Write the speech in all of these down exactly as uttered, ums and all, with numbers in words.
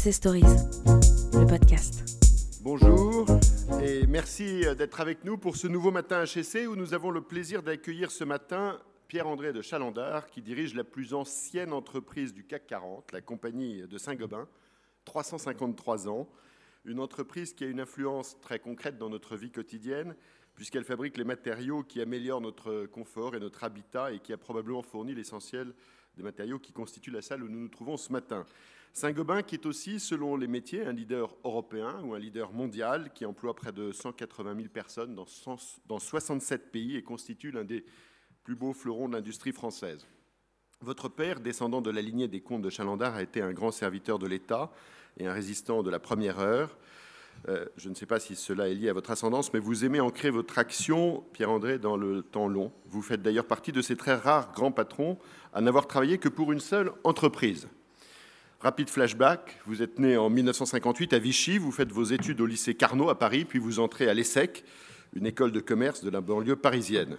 C Stories, le podcast. Bonjour et merci d'être avec nous pour ce nouveau matin H E C où nous avons le plaisir d'accueillir ce matin Pierre-André de Chalandard qui dirige la plus ancienne entreprise du C A C quarante, la compagnie de Saint-Gobain, trois cent cinquante-trois ans, une entreprise qui a une influence très concrète dans notre vie quotidienne puisqu'elle fabrique les matériaux qui améliorent notre confort et notre habitat et qui a probablement fourni l'essentiel des matériaux qui constituent la salle où nous nous trouvons ce matin. Saint-Gobain qui est aussi, selon les métiers, un leader européen ou un leader mondial qui emploie près de cent quatre-vingt mille personnes dans, cent, dans soixante-sept pays et constitue l'un des plus beaux fleurons de l'industrie française. Votre père, descendant de la lignée des comtes de Chalandard, a été un grand serviteur de l'État et un résistant de la première heure. Euh, je ne sais pas si cela est lié à votre ascendance, mais vous aimez ancrer votre action, Pierre-André, dans le temps long. Vous faites d'ailleurs partie de ces très rares grands patrons à n'avoir travaillé que pour une seule entreprise. Rapide flashback, vous êtes né en mille neuf cent cinquante-huit à Vichy, vous faites vos études au lycée Carnot à Paris, puis vous entrez à l'ESSEC, une école de commerce de la banlieue parisienne.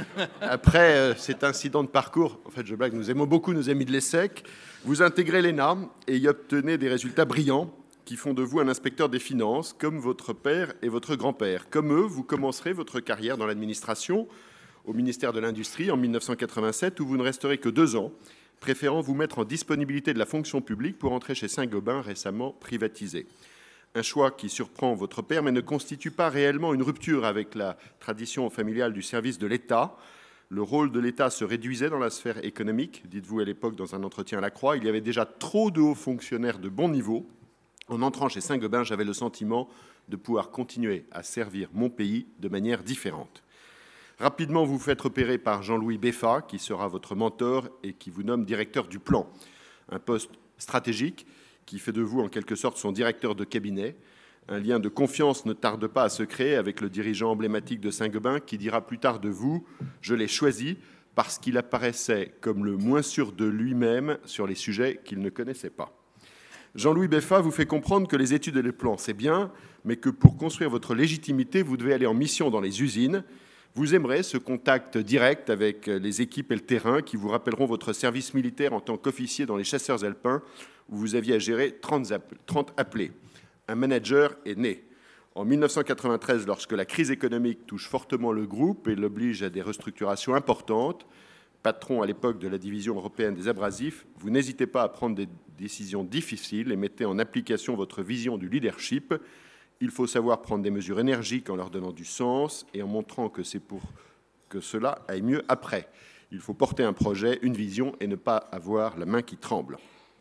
Après euh, cet incident de parcours, en fait je blague, nous aimons beaucoup nos amis de l'ESSEC, vous intégrez l'E N A et y obtenez des résultats brillants qui font de vous un inspecteur des finances, comme votre père et votre grand-père. Comme eux, vous commencerez votre carrière dans l'administration, au ministère de l'Industrie en mille neuf cent quatre-vingt-sept, où vous ne resterez que deux ans, préférant vous mettre en disponibilité de la fonction publique pour entrer chez Saint-Gobain, récemment privatisé. Un choix qui surprend votre père, mais ne constitue pas réellement une rupture avec la tradition familiale du service de l'État. Le rôle de l'État se réduisait dans la sphère économique, dites-vous à l'époque dans un entretien à la Croix. Il y avait déjà trop de hauts fonctionnaires de bon niveau. En entrant chez Saint-Gobain, j'avais le sentiment de pouvoir continuer à servir mon pays de manière différente. Rapidement, vous vous faites repérer par Jean-Louis Beffa, qui sera votre mentor et qui vous nomme directeur du plan. Un poste stratégique qui fait de vous, en quelque sorte, son directeur de cabinet. Un lien de confiance ne tarde pas à se créer avec le dirigeant emblématique de Saint-Gobain, qui dira plus tard de vous « Je l'ai choisi parce qu'il apparaissait comme le moins sûr de lui-même sur les sujets qu'il ne connaissait pas ». Jean-Louis Beffa vous fait comprendre que les études et les plans, c'est bien, mais que pour construire votre légitimité, vous devez aller en mission dans les usines. Vous aimerez ce contact direct avec les équipes et le terrain qui vous rappelleront votre service militaire en tant qu'officier dans les chasseurs alpins où vous aviez à gérer trente appelés. Un manager est né. En mille neuf cent quatre-vingt-treize, lorsque la crise économique touche fortement le groupe et l'oblige à des restructurations importantes, patron à l'époque de la division européenne des abrasifs, vous n'hésitez pas à prendre des décisions difficiles et mettez en application votre vision du leadership. Il faut savoir prendre des mesures énergiques en leur donnant du sens et en montrant que c'est pour que cela aille mieux après. Il faut porter un projet, une vision et ne pas avoir la main qui tremble.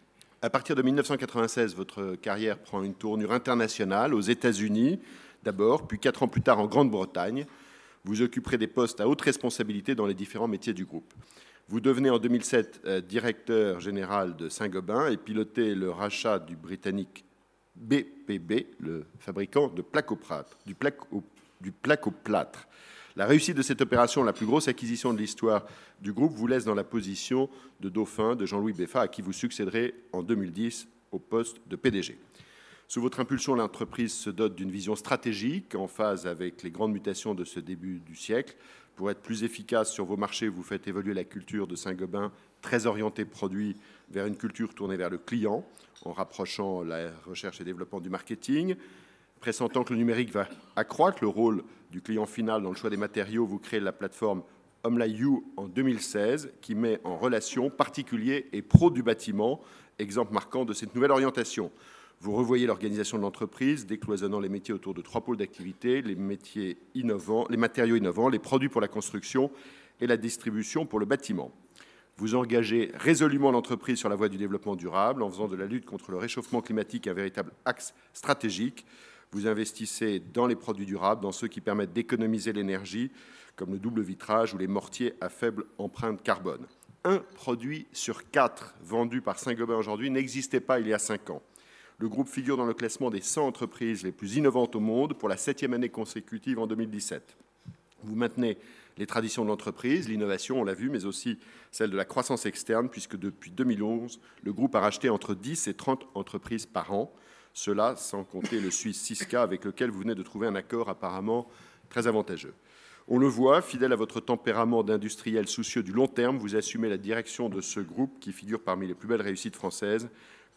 À partir de mille neuf cent quatre-vingt-seize, votre carrière prend une tournure internationale aux États-Unis d'abord, puis quatre ans plus tard en Grande-Bretagne. Vous occuperez des postes à haute responsabilité dans les différents métiers du groupe. Vous devenez en deux mille sept euh, directeur général de Saint-Gobain et pilotez le rachat du britannique B P B, le fabricant de plaques au plâtre, du, plaque au, du plaque au plâtre. La réussite de cette opération, la plus grosse acquisition de l'histoire du groupe, vous laisse dans la position de dauphin de Jean-Louis Beffa, à qui vous succéderez en deux mille dix au poste de P D G. Sous votre impulsion, l'entreprise se dote d'une vision stratégique en phase avec les grandes mutations de ce début du siècle. Pour être plus efficace sur vos marchés, vous faites évoluer la culture de Saint-Gobain, très orientée produit, vers une culture tournée vers le client, en rapprochant la recherche et développement du marketing. Pressentant que le numérique va accroître le rôle du client final dans le choix des matériaux, vous créez la plateforme HomeLiU en deux mille seize, qui met en relation particuliers et pros du bâtiment, exemple marquant de cette nouvelle orientation. Vous revoyez l'organisation de l'entreprise, décloisonnant les métiers autour de trois pôles d'activité, les métiers innovants, les matériaux innovants, les produits pour la construction et la distribution pour le bâtiment. Vous engagez résolument l'entreprise sur la voie du développement durable en faisant de la lutte contre le réchauffement climatique un véritable axe stratégique. Vous investissez dans les produits durables, dans ceux qui permettent d'économiser l'énergie, comme le double vitrage ou les mortiers à faible empreinte carbone. Un produit sur quatre vendu par Saint-Gobain aujourd'hui n'existait pas il y a cinq ans. Le groupe figure dans le classement des cent entreprises les plus innovantes au monde pour la septième année consécutive en deux mille dix-sept. Vous maintenez les traditions de l'entreprise, l'innovation, on l'a vu, mais aussi celle de la croissance externe, puisque depuis deux mille onze, le groupe a racheté entre dix et trente entreprises par an. Cela sans compter le Suisse Syska, avec lequel vous venez de trouver un accord apparemment très avantageux. On le voit, fidèle à votre tempérament d'industriel soucieux du long terme, vous assumez la direction de ce groupe qui figure parmi les plus belles réussites françaises,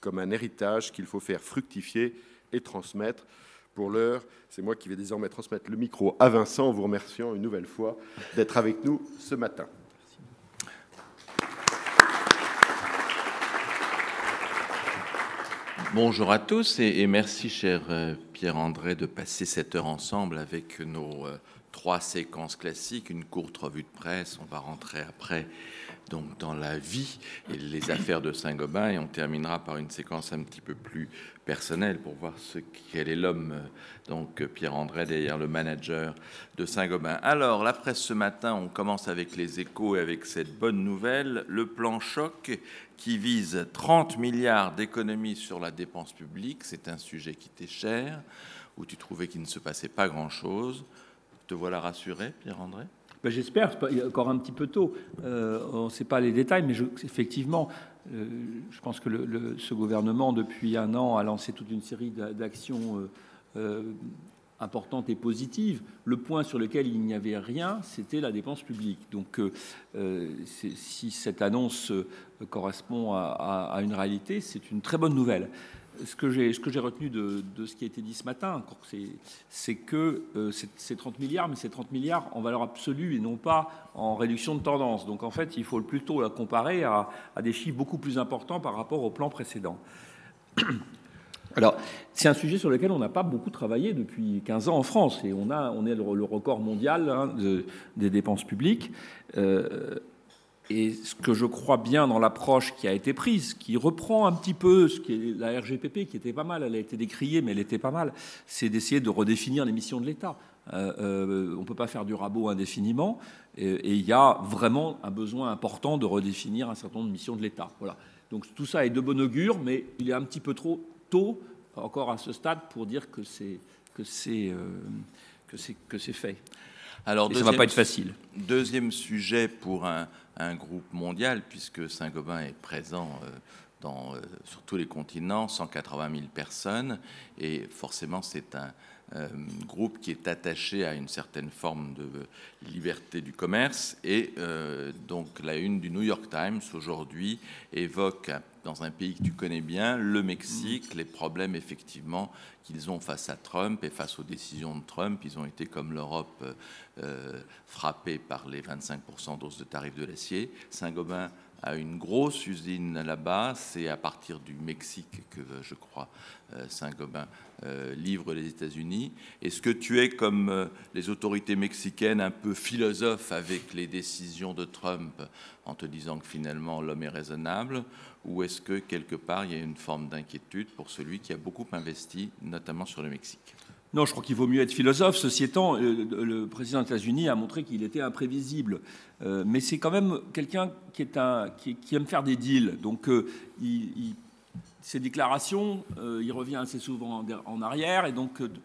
comme un héritage qu'il faut faire fructifier et transmettre. Pour l'heure, c'est moi qui vais désormais transmettre le micro à Vincent en vous remerciant une nouvelle fois d'être avec nous ce matin. Bonjour à tous et, et merci, cher euh, Pierre-André, de passer cette heure ensemble avec nos euh, trois séquences classiques, une courte revue de presse, on va rentrer après donc dans la vie et les affaires de Saint-Gobain et on terminera par une séquence un petit peu plus personnelle pour voir ce quel est l'homme, donc Pierre-André, derrière le manager de Saint-Gobain. Alors, la presse ce matin, on commence avec les Échos et avec cette bonne nouvelle, le plan choc qui vise trente milliards d'économies sur la dépense publique. C'est un sujet qui t'est cher, où tu trouvais qu'il ne se passait pas grand-chose. Te voilà rassuré, Pierre-André ? Ben, j'espère, il y a encore un petit peu tôt. Euh, on ne sait pas les détails, mais je, effectivement, euh, je pense que le, le, ce gouvernement, depuis un an, a lancé toute une série d'actions euh, euh, importantes et positives. Le point sur lequel il n'y avait rien, c'était la dépense publique. Donc, euh, si cette annonce euh, correspond à, à, à une réalité, c'est une très bonne nouvelle. Ce que j'ai, ce que j'ai retenu de, de ce qui a été dit ce matin, c'est, c'est que euh, c'est, c'est trente milliards, mais c'est trente milliards en valeur absolue et non pas en réduction de tendance. Donc en fait, il faut plutôt la comparer à, à des chiffres beaucoup plus importants par rapport au plan précédent. Alors, c'est un sujet sur lequel on n'a pas beaucoup travaillé depuis quinze ans en France, et on, a, on est le, le record mondial hein, de, des dépenses publiques. Euh, Et ce que je crois bien dans l'approche qui a été prise, qui reprend un petit peu ce qui est la R G P P, qui était pas mal, elle a été décriée, mais elle était pas mal, c'est d'essayer de redéfinir les missions de l'État. Euh, euh, on ne peut pas faire du rabot indéfiniment, et il y a vraiment un besoin important de redéfinir un certain nombre de missions de l'État. Voilà. Donc tout ça est de bon augure, mais il est un petit peu trop tôt, encore à ce stade, pour dire que c'est, que c'est, euh, que c'est, que c'est fait. Alors, ça ne va pas être facile. Deuxième sujet pour un, un groupe mondial, puisque Saint-Gobain est présent euh, dans, euh, sur tous les continents, cent quatre-vingt mille personnes, et forcément c'est un euh, groupe qui est attaché à une certaine forme de liberté du commerce, et euh, donc la une du New York Times aujourd'hui évoque, dans un pays que tu connais bien, le Mexique, les problèmes effectivement qu'ils ont face à Trump et face aux décisions de Trump. Ils ont été, comme l'Europe, euh, frappés par les vingt-cinq pour cent d'hausse de tarifs de l'acier. Saint-Gobain a une grosse usine là-bas. C'est à partir du Mexique que, je crois, Saint-Gobain euh, livre les États-Unis. Est-ce que tu es, comme euh, les autorités mexicaines, un peu philosophe avec les décisions de Trump en te disant que finalement l'homme est raisonnable, ou est-ce que quelque part il y a une forme d'inquiétude pour celui qui a beaucoup investi, notamment sur le Mexique ? Non, je crois qu'il vaut mieux être philosophe. Ceci étant, le, le président des États-Unis a montré qu'il était imprévisible. Euh, mais c'est quand même quelqu'un qui, est un, qui, qui aime faire des deals. Donc, euh, il, il, ses déclarations, euh, il revient assez souvent en, en arrière. Et donc, euh,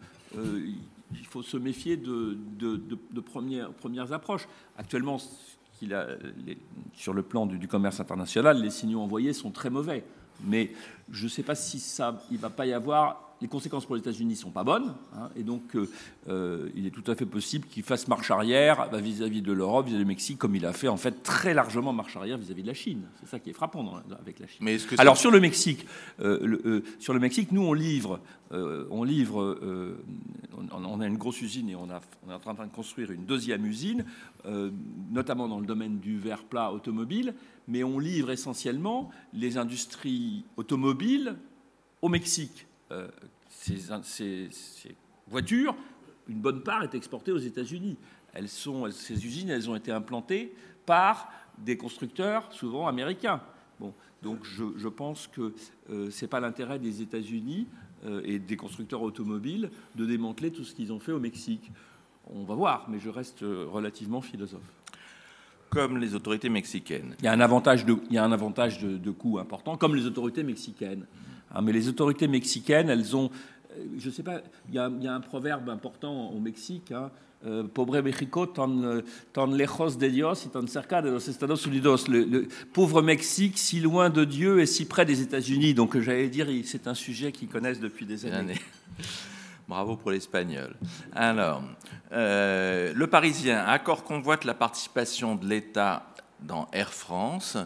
il faut se méfier de, de, de, de premières, premières approches. Actuellement, qu'il a, les, sur le plan du, du commerce international, les signaux envoyés sont très mauvais. Mais je ne sais pas si ça, il ne va pas y avoir... Les conséquences pour les États-Unis ne sont pas bonnes, hein, et donc euh, il est tout à fait possible qu'il fasse marche arrière bah, vis-à-vis de l'Europe, vis-à-vis du Mexique, comme il a fait en fait très largement marche arrière vis-à-vis de la Chine. C'est ça qui est frappant dans, avec la Chine. Mais est-ce que Alors sur le Mexique, euh, le, euh, sur le Mexique, nous on livre, euh, on livre, euh, on, on a une grosse usine et on, a, on est en train de construire une deuxième usine, euh, notamment dans le domaine du verre plat automobile, mais on livre essentiellement les industries automobiles au Mexique. Euh, ces, ces, ces voitures, une bonne part est exportée aux États-Unis. Elles sont, ces usines, elles ont été implantées par des constructeurs souvent américains. Bon, donc je, je pense que euh, c'est pas l'intérêt des États-Unis euh, et des constructeurs automobiles de démanteler tout ce qu'ils ont fait au Mexique. On va voir, mais je reste relativement philosophe. Comme les autorités mexicaines. Il y a un avantage de, il y a un avantage de, de coût important, comme les autorités mexicaines. Hein, mais les autorités mexicaines, elles ont, je ne sais pas, il y, a, il y a un proverbe important au Mexique, hein, euh, Pobre México, tan, tan lejos de Dios y tan cerca de los Estados Unidos. Le, le pauvre Mexique, si loin de Dieu et si près des États-Unis. Donc j'allais dire, c'est un sujet qu'ils connaissent depuis des années. Bravo pour l'espagnol. Alors, euh, le Parisien, accord convoite la participation de l'État dans Air France.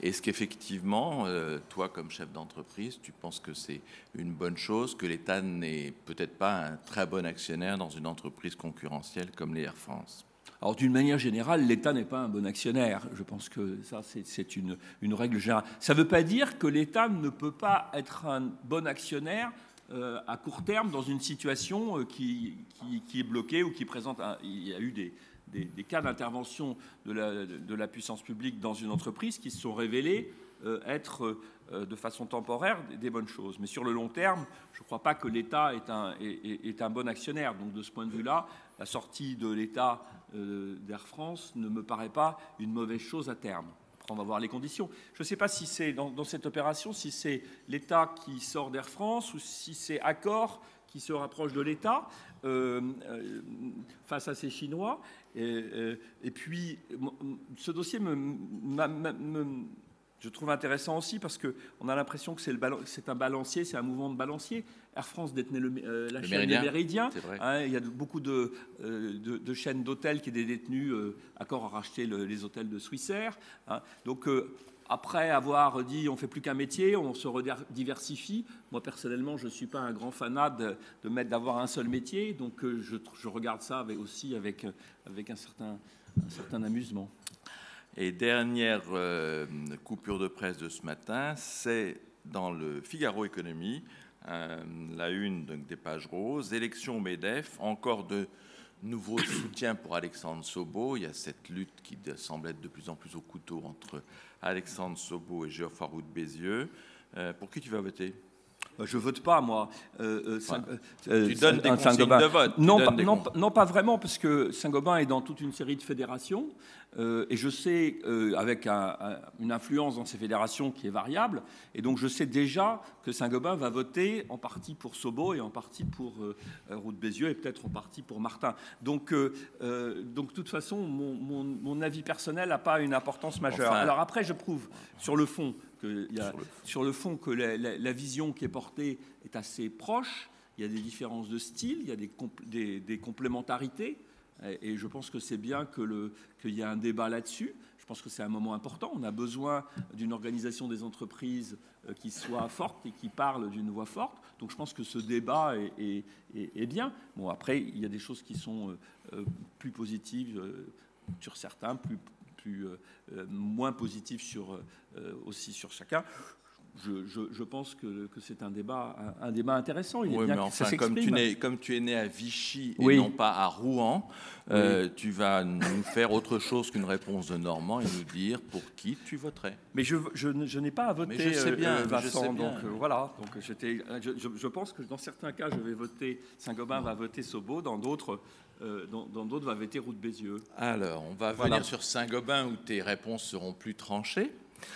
Est-ce qu'effectivement, euh, toi comme chef d'entreprise, tu penses que c'est une bonne chose, que l'État n'est peut-être pas un très bon actionnaire dans une entreprise concurrentielle comme les Air France ? Alors, d'une manière générale, l'État n'est pas un bon actionnaire. Je pense que ça, c'est, c'est une, une règle générale. Ça ne veut pas dire que l'État ne peut pas être un bon actionnaire euh, à court terme dans une situation euh, qui, qui, qui est bloquée ou qui présente... Un, il y a eu des, des, des cas d'intervention de la, de la puissance publique dans une entreprise qui se sont révélés euh, être euh, de façon temporaire des, des bonnes choses. Mais sur le long terme, je ne crois pas que l'État est un, est, est un bon actionnaire. Donc, de ce point de vue-là, la sortie de l'État euh, d'Air France ne me paraît pas une mauvaise chose à terme. Après, on va voir les conditions. Je ne sais pas si c'est dans, dans cette opération, si c'est l'État qui sort d'Air France ou si c'est Accor qui se rapproche de l'État euh, euh, face à ces Chinois. Et, euh, et puis, ce dossier me, me, me je trouve intéressant aussi parce qu'on a l'impression que c'est, le, c'est un balancier, c'est un mouvement de balancier. Air France détenait le, euh, la le chaîne Méridien, des Méridiens. Hein, il y a beaucoup de, euh, de, de chaînes d'hôtels qui étaient détenues. Euh, Accor a racheté le, les hôtels de Swissair. Hein. Donc, euh, après avoir dit on ne fait plus qu'un métier, on se rediversifie. Moi, personnellement, je ne suis pas un grand fanat de, de mettre, d'avoir un seul métier. Donc, euh, je, je regarde ça avec, aussi avec, avec un, certain, un certain amusement. Et dernière euh, coupure de presse de ce matin, c'est dans le Figaro Économie, euh, la une donc, des pages roses, élection MEDEF, encore de nouveaux soutiens pour Alexandre Sobo. Il y a cette lutte qui semble être de plus en plus au couteau entre Alexandre Sobo et Geoffroy Roux de Bézieux. Euh, pour qui tu vas voter ? Je ne vote pas, moi. Euh, Saint, euh, tu donnes des consignes Saint-Gobain. de vote. Non, pas, non, non, pas vraiment, parce que Saint-Gobain est dans toute une série de fédérations. Euh, et je sais, euh, avec un, un, une influence dans ces fédérations qui est variable, et donc je sais déjà que Saint-Gobain va voter en partie pour Sobo et en partie pour euh, Roux de Bézieux et peut-être en partie pour Martin. Donc, euh, euh, donc de toute façon, mon, mon, mon avis personnel n'a pas une importance majeure. Enfin, alors après, je prouve sur le fond que, y a, sur, le... sur le fond que la, la, la vision qui est portée est assez proche. Il y a des différences de style, il y a des, compl- des, des complémentarités. Et je pense que c'est bien que le, qu'il y ait un débat là-dessus. Je pense que c'est un moment important. On a besoin d'une organisation des entreprises qui soit forte et qui parle d'une voix forte. Donc je pense que ce débat est, est, est, est bien. Bon, après, il y a des choses qui sont euh, plus positives euh, sur certains, plus, plus, euh, moins positives sur, euh, aussi sur chacun. Je, je, je pense que, que c'est un débat, un, un débat intéressant. Il est oui, bien mais que enfin, ça comme tu, n'es, comme tu es né à Vichy et oui. non pas à Rouen, oui. euh, tu vas nous faire autre chose qu'une réponse de Normand et nous dire pour qui tu voterais. Mais je, je, je n'ai pas à voter, mais je sais bien, euh, Vincent. Je sais bien. Donc euh, voilà. Donc j'étais, je, je, je pense que dans certains cas, je vais voter Saint-Gobain, va voter Sobo, dans d'autres. Euh, dans, dans d'autres, va voter Roux de Bézieux. Alors, on va voilà. venir sur Saint-Gobain où tes réponses seront plus tranchées.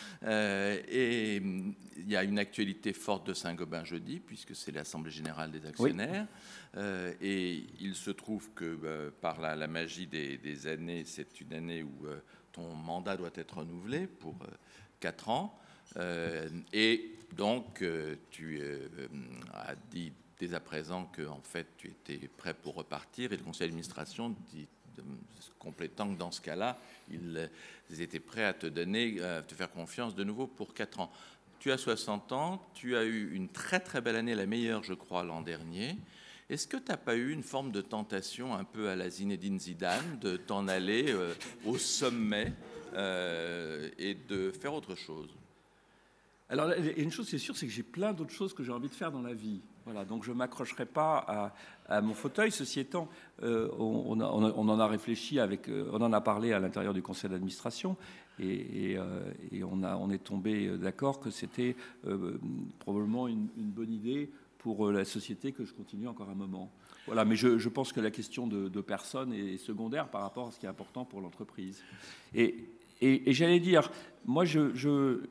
Euh, et il y a une actualité forte de Saint-Gobain jeudi, puisque c'est l'Assemblée générale des actionnaires. Oui. Euh, et il se trouve que euh, par la, la magie des, des années, c'est une année où euh, ton mandat doit être renouvelé pour euh, quatre ans. Euh, et donc, euh, tu euh, as dit dès à présent que en fait, tu étais prêt pour repartir. Et le conseil d'administration dit, complétant que dans ce cas-là, ils étaient prêts à te donner, à te faire confiance de nouveau pour quatre ans. Tu as soixante ans, tu as eu une très très belle année, la meilleure je crois l'an dernier. Est-ce que tu n'as pas eu une forme de tentation un peu à la Zinedine Zidane de t'en aller euh, au sommet euh, et de faire autre chose ? Alors, une chose, c'est sûr, c'est que j'ai plein d'autres choses que j'ai envie de faire dans la vie. Voilà, donc je ne m'accrocherai pas à, à mon fauteuil. Ceci étant, euh, on, on, a, on en a réfléchi, avec, euh, on en a parlé à l'intérieur du conseil d'administration et, et, euh, et on, a, on est tombé d'accord que c'était euh, probablement une, une bonne idée pour la société que je continue encore un moment. Voilà, mais je, je pense que la question de, de personne est secondaire par rapport à ce qui est important pour l'entreprise. Et, et, et j'allais dire, moi, je... je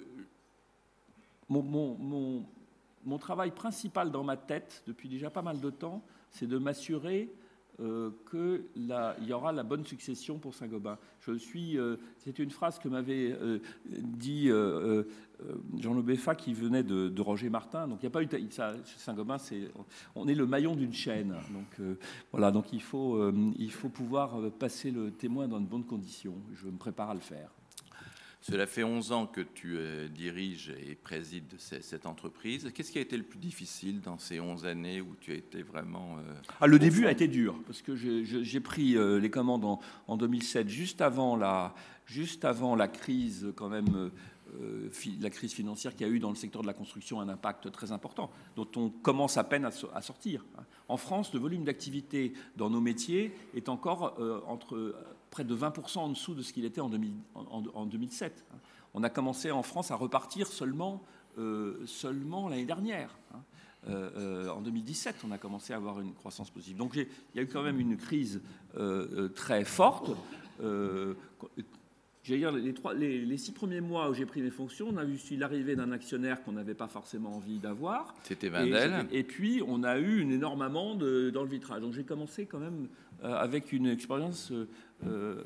Mon, mon, mon, mon travail principal dans ma tête, depuis déjà pas mal de temps, c'est de m'assurer euh, qu'il y aura la bonne succession pour Saint-Gobain. Je suis, euh, c'est une phrase que m'avait euh, dit euh, euh, Jean Le Beffa qui venait de, de Roger Martin. Donc il n'y a pas eu ça, Saint-Gobain, c'est, on est le maillon d'une chaîne. Donc euh, voilà, donc il faut, euh, il faut pouvoir passer le témoin dans de bonnes conditions. Je me prépare à le faire. Cela fait onze ans que tu euh, diriges et présides ces, cette entreprise. Qu'est-ce qui a été le plus difficile dans ces onze années où tu as été vraiment... Euh, ah, le début fond. a été dur, parce que je, je, j'ai pris euh, les commandes en, en deux mille sept, juste avant la, juste avant la crise quand même... Euh, la crise financière qui a eu dans le secteur de la construction un impact très important, dont on commence à peine à, so- à sortir. En France, le volume d'activité dans nos métiers est encore euh, entre euh, près de vingt pour cent en dessous de ce qu'il était en, deux mille, en, en deux mille sept. On a commencé en France à repartir seulement, euh, seulement l'année dernière. Euh, euh, en deux mille dix-sept, on a commencé à avoir une croissance positive. Donc il y a eu quand même une crise euh, très forte. Euh, J'allais dire, les, trois, les, les six premiers mois où j'ai pris mes fonctions, on a vu l'arrivée d'un actionnaire qu'on n'avait pas forcément envie d'avoir. C'était Wendel. Et, et puis, on a eu une énorme amende dans le vitrage. Donc, j'ai commencé quand même euh, avec une expérience, euh, euh,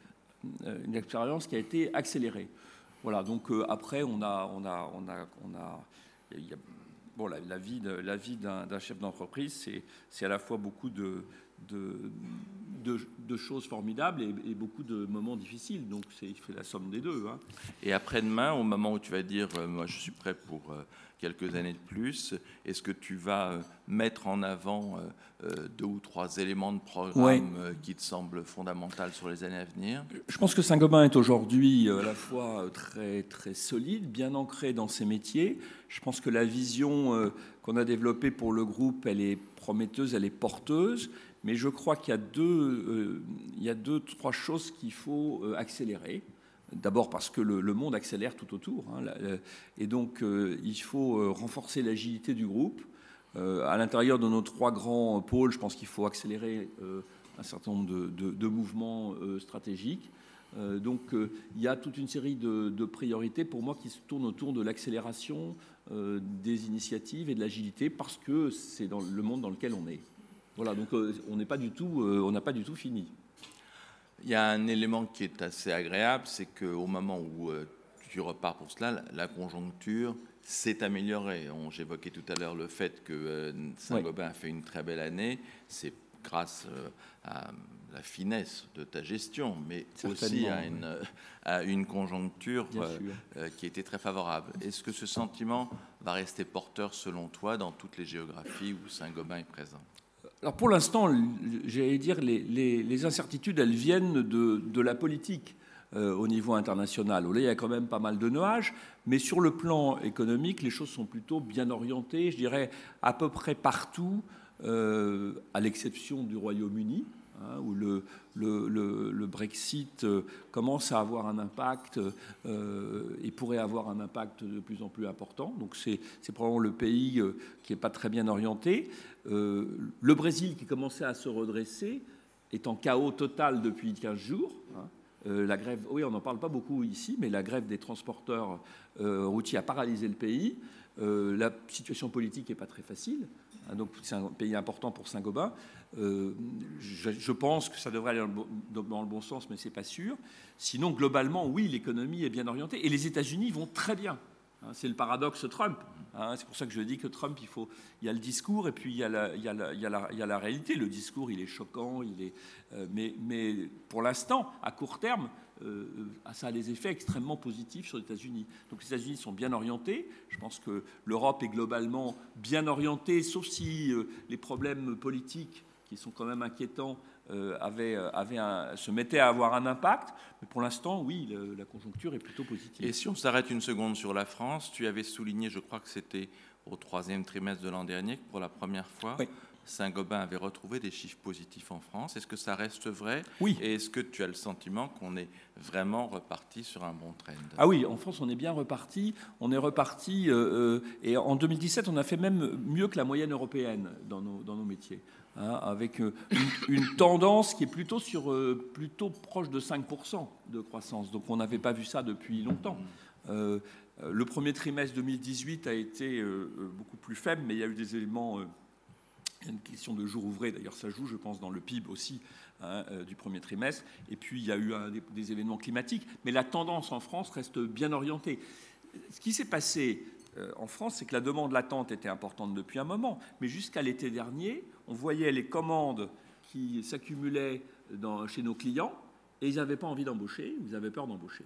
une expérience qui a été accélérée. Voilà. Donc, euh, après, on a, on a, on a, on a, il y a, bon, la, la vie, de, la vie d'un, d'un chef d'entreprise, c'est, c'est à la fois beaucoup de De, de, de choses formidables et, et beaucoup de moments difficiles. Donc, c'est, il fait la somme des deux. Hein. Et après-demain, au moment où tu vas dire euh, « moi, je suis prêt pour euh, quelques années de plus », est-ce que tu vas euh, mettre en avant euh, deux ou trois éléments de programme ouais. euh, qui te semblent fondamentaux sur les années à venir ? Je pense que Saint-Gobain est aujourd'hui euh, à la fois très, très solide, bien ancré dans ses métiers. Je pense que la vision euh, qu'on a développée pour le groupe, elle est prometteuse, elle est porteuse. Mais je crois qu'il y a deux, euh, il y a deux, trois choses qu'il faut euh, accélérer. D'abord parce que le, le monde accélère tout autour. Hein, la, la, et donc, euh, il faut euh, renforcer l'agilité du groupe. Euh, à l'intérieur de nos trois grands pôles, je pense qu'il faut accélérer euh, un certain nombre de, de, de mouvements euh, stratégiques. Euh, donc, euh, il y a toute une série de, de priorités pour moi qui se tournent autour de l'accélération euh, des initiatives et de l'agilité parce que c'est dans le monde dans lequel on est. Voilà, donc euh, on n'est pas du tout, euh, on n'a pas du tout fini. Il y a un élément qui est assez agréable, c'est qu'au moment où euh, tu repars pour cela, la conjoncture s'est améliorée. On, j'évoquais tout à l'heure le fait que euh, Saint-Gobain oui. a fait une très belle année. C'est grâce euh, à la finesse de ta gestion, mais aussi à une, oui. à une conjoncture euh, euh, qui était très favorable. Est-ce que ce sentiment va rester porteur, selon toi, dans toutes les géographies où Saint-Gobain est présent ? Alors pour l'instant, j'allais dire, les, les, les incertitudes, elles viennent de, de la politique euh, au niveau international. Là, il y a quand même pas mal de nuages, mais sur le plan économique, les choses sont plutôt bien orientées, je dirais à peu près partout, euh, à l'exception du Royaume-Uni, hein, où le, le, le, le Brexit euh, commence à avoir un impact euh, et pourrait avoir un impact de plus en plus important. Donc c'est, c'est probablement le pays euh, qui n'est pas très bien orienté. Euh, le Brésil qui commençait à se redresser est en chaos total depuis quinze jours. Hein. Euh, la grève, oui, on n'en parle pas beaucoup ici, mais la grève des transporteurs euh, routiers a paralysé le pays. Euh, la situation politique n'est pas très facile. Hein, donc c'est un pays important pour Saint-Gobain. Euh, je, je pense que ça devrait aller dans le, bon, dans le bon sens, mais ce n'est pas sûr. Sinon, globalement, oui, l'économie est bien orientée. Et les États-Unis vont très bien. Hein, c'est le paradoxe Trump. Hein, c'est pour ça que je dis que Trump, il, faut, il y a le discours et puis il y a la, il y a la, il y a la, il y a la réalité. Le discours, il est choquant, il est, euh, mais, mais pour l'instant, à court terme, euh, ça a des effets extrêmement positifs sur les États-Unis. Donc les États-Unis sont bien orientés. Je pense que l'Europe est globalement bien orientée, sauf si euh, les problèmes politiques qui sont quand même inquiétants, euh, avaient, avaient un, se mettaient à avoir un impact. Mais pour l'instant, oui, le, la conjoncture est plutôt positive. Et si on s'arrête une seconde sur la France, tu avais souligné, je crois que c'était au troisième trimestre de l'an dernier, que pour la première fois, oui. Saint-Gobain avait retrouvé des chiffres positifs en France. Est-ce que ça reste vrai ? Oui. Et est-ce que tu as le sentiment qu'on est vraiment reparti sur un bon trend ? Ah oui, en France, on est bien reparti. On est reparti, euh, et en deux mille dix-sept, on a fait même mieux que la moyenne européenne dans nos, dans nos métiers. Hein, avec une, une tendance qui est plutôt, sur, euh, plutôt proche de cinq pour cent de croissance. Donc on n'avait pas vu ça depuis longtemps. Euh, le premier trimestre deux mille dix-huit a été euh, beaucoup plus faible, mais il y a eu des éléments... Euh, il y a une question de jours ouvrés, d'ailleurs ça joue, je pense, dans le P I B aussi, hein, euh, du premier trimestre. Et puis il y a eu un, des, des événements climatiques. Mais la tendance en France reste bien orientée. Ce qui s'est passé... en France, c'est que la demande latente était importante depuis un moment, mais jusqu'à l'été dernier, on voyait les commandes qui s'accumulaient dans, chez nos clients et ils n'avaient pas envie d'embaucher, ils avaient peur d'embaucher.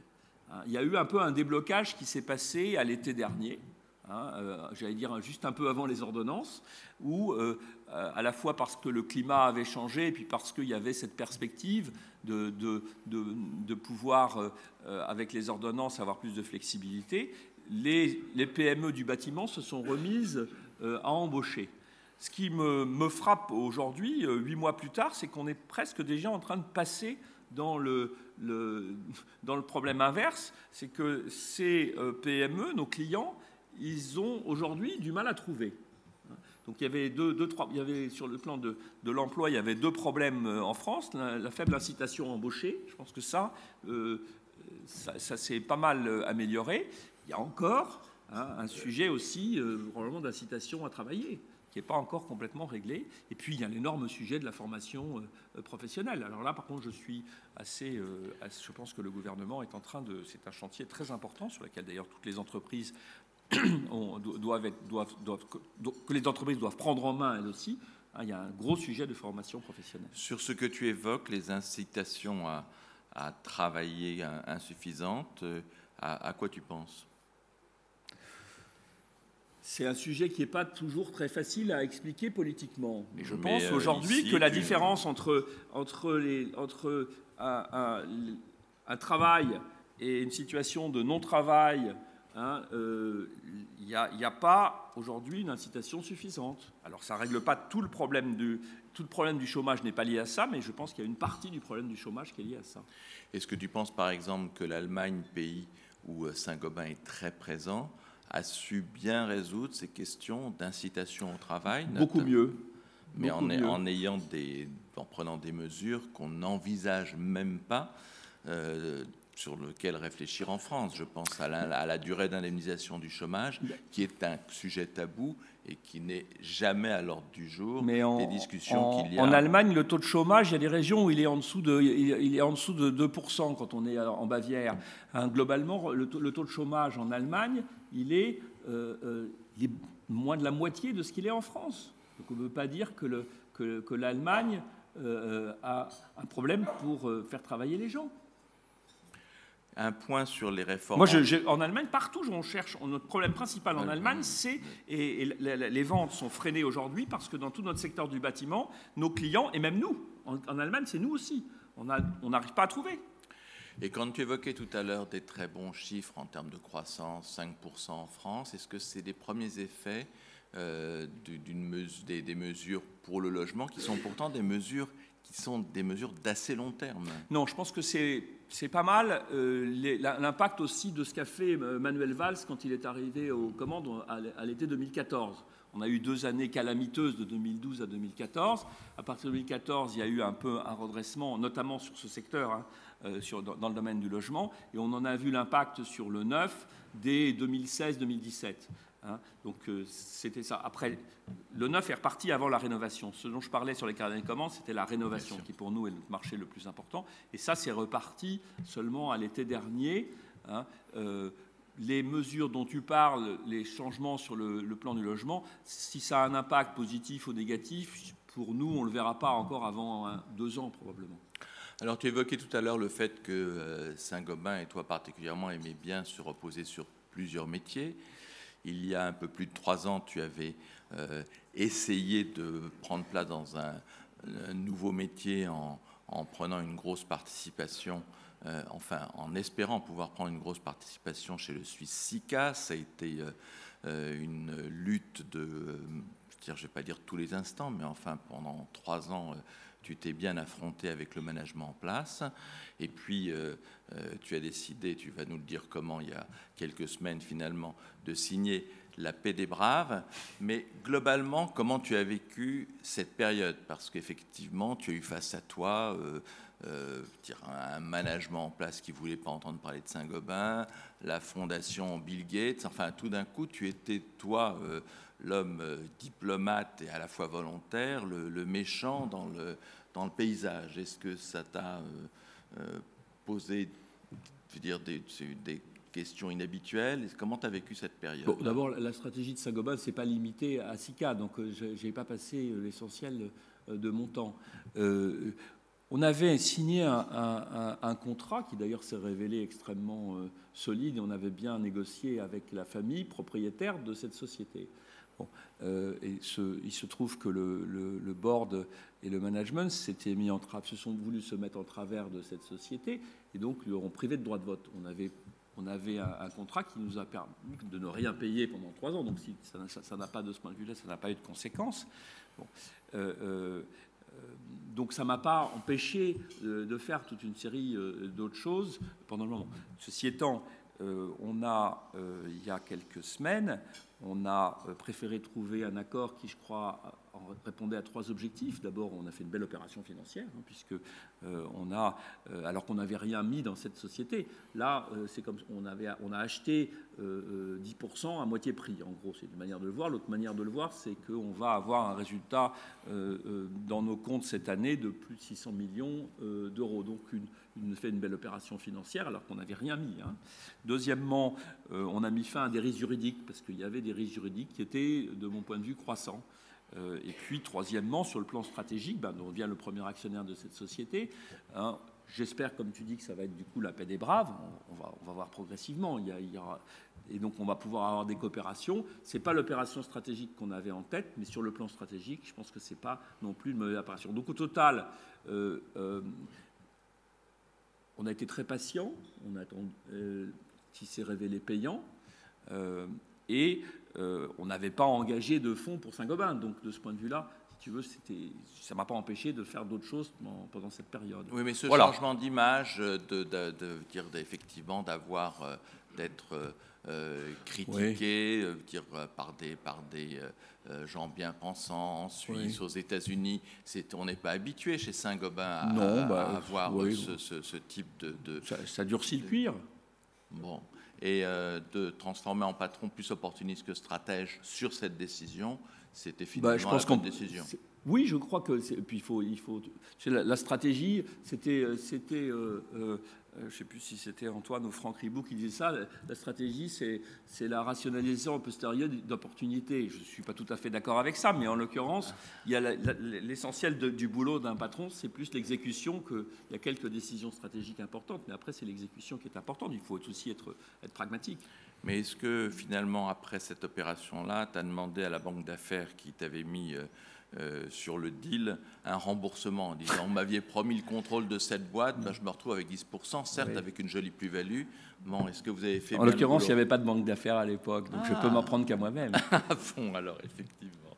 Hein, il y a eu un peu un déblocage qui s'est passé à l'été dernier, hein, euh, j'allais dire juste un peu avant les ordonnances, où euh, à la fois parce que le climat avait changé et puis parce qu'il y avait cette perspective de, de, de, de pouvoir, euh, avec les ordonnances, avoir plus de flexibilité, les, les P M E du bâtiment se sont remises euh, à embaucher. Ce qui me, me frappe aujourd'hui, euh, huit mois plus tard, c'est qu'on est presque déjà en train de passer dans le, le, dans le problème inverse, c'est que ces euh, P M E, nos clients, ils ont aujourd'hui du mal à trouver. Donc il y avait deux, deux trois, il y avait sur le plan de, de l'emploi, il y avait deux problèmes en France, la, la faible incitation à embaucher. Je pense que ça, euh, ça, ça s'est pas mal amélioré. Il y a encore hein, un sujet aussi euh, probablement d'incitation à travailler, qui n'est pas encore complètement réglé. Et puis, il y a l'énorme sujet de la formation euh, professionnelle. Alors là, par contre, je suis assez, euh, assez... Je pense que le gouvernement est en train de... C'est un chantier très important sur lequel, d'ailleurs, toutes les entreprises on, doivent être, doivent, doivent, que les entreprises doivent prendre en main, elles aussi. Hein, il y a un gros sujet de formation professionnelle. Sur ce que tu évoques, les incitations à, à travailler insuffisantes, à, à quoi tu penses ? C'est un sujet qui n'est pas toujours très facile à expliquer politiquement. Mais je Mais pense euh, aujourd'hui ici, que la tu... différence entre, entre, les, entre un, un, un travail et une situation de non-travail, hein, euh, il n'y a, a pas aujourd'hui une incitation suffisante. Alors ça ne règle pas tout le problème du... Tout le problème du chômage n'est pas lié à ça, mais je pense qu'il y a une partie du problème du chômage qui est liée à ça. Est-ce que tu penses par exemple que l'Allemagne, pays où Saint-Gobain est très présent, a su bien résoudre ces questions d'incitation au travail? Beaucoup mieux. Mais Beaucoup en, mieux. En, ayant des, en prenant des mesures qu'on n'envisage même pas, euh, sur lesquelles réfléchir en France. Je pense à la, à la durée d'indemnisation du chômage, qui est un sujet tabou et qui n'est jamais à l'ordre du jour. Mais en, des discussions en, qu'il y a. En Allemagne, le taux de chômage, il y a des régions où il est en dessous de, il est en dessous de deux pour cent quand on est en Bavière. Hein, globalement, le taux, le taux de chômage en Allemagne, il est, euh, euh, il est moins de la moitié de ce qu'il est en France. Donc on ne peut pas dire que, le, que, que l'Allemagne euh, a un problème pour euh, faire travailler les gens. Un point sur les réformes. Moi, je, je, en Allemagne, partout où on cherche, notre problème principal en Allemagne, c'est, et, et les ventes sont freinées aujourd'hui parce que dans tout notre secteur du bâtiment, nos clients, et même nous, en, en Allemagne, c'est nous aussi, on n'arrive pas à trouver. Et quand tu évoquais tout à l'heure des très bons chiffres en termes de croissance, cinq pour cent en France, est-ce que c'est des premiers effets euh, d'une mesure, des, des mesures pour le logement qui sont pourtant des mesures qui sont des mesures d'assez long terme? Non, je pense que c'est, c'est pas mal euh, les, l'impact aussi de ce qu'a fait Manuel Valls quand il est arrivé aux commandes à l'été deux mille quatorze. On a eu deux années calamiteuses de deux mille douze à deux mille quatorze. À partir de deux mille quatorze, il y a eu un peu un redressement, notamment sur ce secteur, hein, euh, sur, dans, dans le domaine du logement, et on en a vu l'impact sur le neuf dès deux mille seize deux mille dix-sept. Hein, donc euh, c'était ça. Après, le neuf est reparti avant la rénovation. Ce dont je parlais sur les carnets de commandes, c'était la rénovation qui pour nous est le marché le plus important. Et ça, c'est reparti seulement à l'été dernier. Hein, euh, les mesures dont tu parles, les changements sur le, le plan du logement, si ça a un impact positif ou négatif, pour nous, on ne le verra pas encore avant un, deux ans probablement. Alors tu évoquais tout à l'heure le fait que euh, Saint-Gobain et toi particulièrement aimez bien se reposer sur plusieurs métiers. Il y a un peu plus de trois ans, tu avais euh, essayé de prendre place dans un, un nouveau métier en, en prenant une grosse participation, euh, enfin en espérant pouvoir prendre une grosse participation chez le Suisse Sika. Ça a été euh, une lutte de, euh, je ne vais pas dire tous les instants, mais enfin pendant trois ans, euh, tu t'es bien affronté avec le management en place. Et puis, euh, euh, tu as décidé, tu vas nous le dire comment, il y a quelques semaines finalement, de signer la paix des braves. Mais globalement, comment tu as vécu cette période? Parce qu'effectivement, tu as eu face à toi euh, euh, un management en place qui ne voulait pas entendre parler de Saint-Gobain, la fondation Bill Gates. Enfin, tout d'un coup, tu étais, toi, euh, l'homme euh, diplomate et à la fois volontaire, le, le méchant dans le, dans le paysage. Est-ce que ça t'a euh, euh, posé, je veux dire, des, des questions inhabituelles? Comment tu as vécu cette période? Bon, d'abord, la stratégie de Saint-Gobain ne s'est pas limitée à Sika, donc euh, je n'ai pas passé l'essentiel de mon temps. Euh, on avait signé un, un, un, un contrat qui d'ailleurs s'est révélé extrêmement euh, solide et on avait bien négocié avec la famille propriétaire de cette société. Bon, euh, et ce, il se trouve que le, le, le board et le management s'étaient mis en tra- se sont voulu se mettre en travers de cette société et donc lui auront privé de droit de vote. On avait, on avait un, un contrat qui nous a permis de ne rien payer pendant trois ans, donc si, ça, ça, ça n'a pas de ce point de vue-là, ça n'a pas eu de conséquences. Bon, euh, euh, Donc ça ne m'a pas empêché de, de faire toute une série d'autres choses pendant le moment. Ceci étant, euh, on a, euh, il y a quelques semaines, on a préféré trouver un accord qui, je crois, répondait à trois objectifs. D'abord, on a fait une belle opération financière, hein, puisque euh, on a, euh, alors qu'on n'avait rien mis dans cette société, là, euh, c'est comme on avait, on a acheté euh, dix pour cent à moitié prix. En gros, c'est une manière de le voir. L'autre manière de le voir, c'est qu'on va avoir un résultat euh, euh, dans nos comptes cette année de plus de six cents millions euh, d'euros. Donc, une, une fait une belle opération financière, alors qu'on n'avait rien mis. Hein. Deuxièmement, euh, on a mis fin à des risques juridiques, parce qu'il y avait des risques juridiques qui étaient, de mon point de vue, croissants. Euh, et puis, troisièmement, sur le plan stratégique, ben, on devient le premier actionnaire de cette société. Hein, j'espère, comme tu dis, que ça va être du coup la paix des braves. On, on, va, on va voir progressivement. Il y a, il y aura, et donc, on va pouvoir avoir des coopérations. Ce n'est pas l'opération stratégique qu'on avait en tête, mais sur le plan stratégique, je pense que ce n'est pas non plus une mauvaise opération. Donc, au total, euh, euh, on a été très patient. On a attendu, euh, qui s'est révélé payant. Euh, et euh, on n'avait pas engagé de fonds pour Saint-Gobain. Donc, de ce point de vue-là, si tu veux, c'était, ça ne m'a pas empêché de faire d'autres choses pendant, pendant cette période. Oui, mais ce voilà. changement d'image, de, de, de dire effectivement d'avoir, euh, d'être euh, critiqué, oui. dire, par des, par des euh, gens bien pensants en Suisse, oui. aux États-Unis, c'est, on n'est pas habitué chez Saint-Gobain à, non, bah, à avoir oui, ce, ce, ce type de... de ça, ça durcit le cuir. Bon. Et euh, de transformer en patron plus opportuniste que stratège sur cette décision, c'était finalement bah, je pense la bonne décision. Oui, je crois que... C'est, puis il faut... Il faut la, la stratégie, c'était... c'était euh, euh, je ne sais plus si c'était Antoine ou Franck Ribou qui disait ça, la, la stratégie, c'est, c'est la rationalisation a posteriori d'opportunités. Je ne suis pas tout à fait d'accord avec ça, mais en l'occurrence, il y a la, la, l'essentiel de, du boulot d'un patron, c'est plus l'exécution qu'il y a quelques décisions stratégiques importantes, mais après, c'est l'exécution qui est importante. Il faut aussi être, être pragmatique. Mais est-ce que finalement, après cette opération-là, tu as demandé à la banque d'affaires qui t'avait mis... Euh, Euh, sur le deal, un remboursement en disant on m'aviez promis le contrôle de cette boîte, ben, je me retrouve avec dix pour cent, certes oui. avec une jolie plus-value. Bon, est-ce que vous avez fait en bien l'occurrence, il n'y avait pas de banque d'affaires à l'époque, donc ah. je peux m'en prendre qu'à moi-même. Bon, alors effectivement.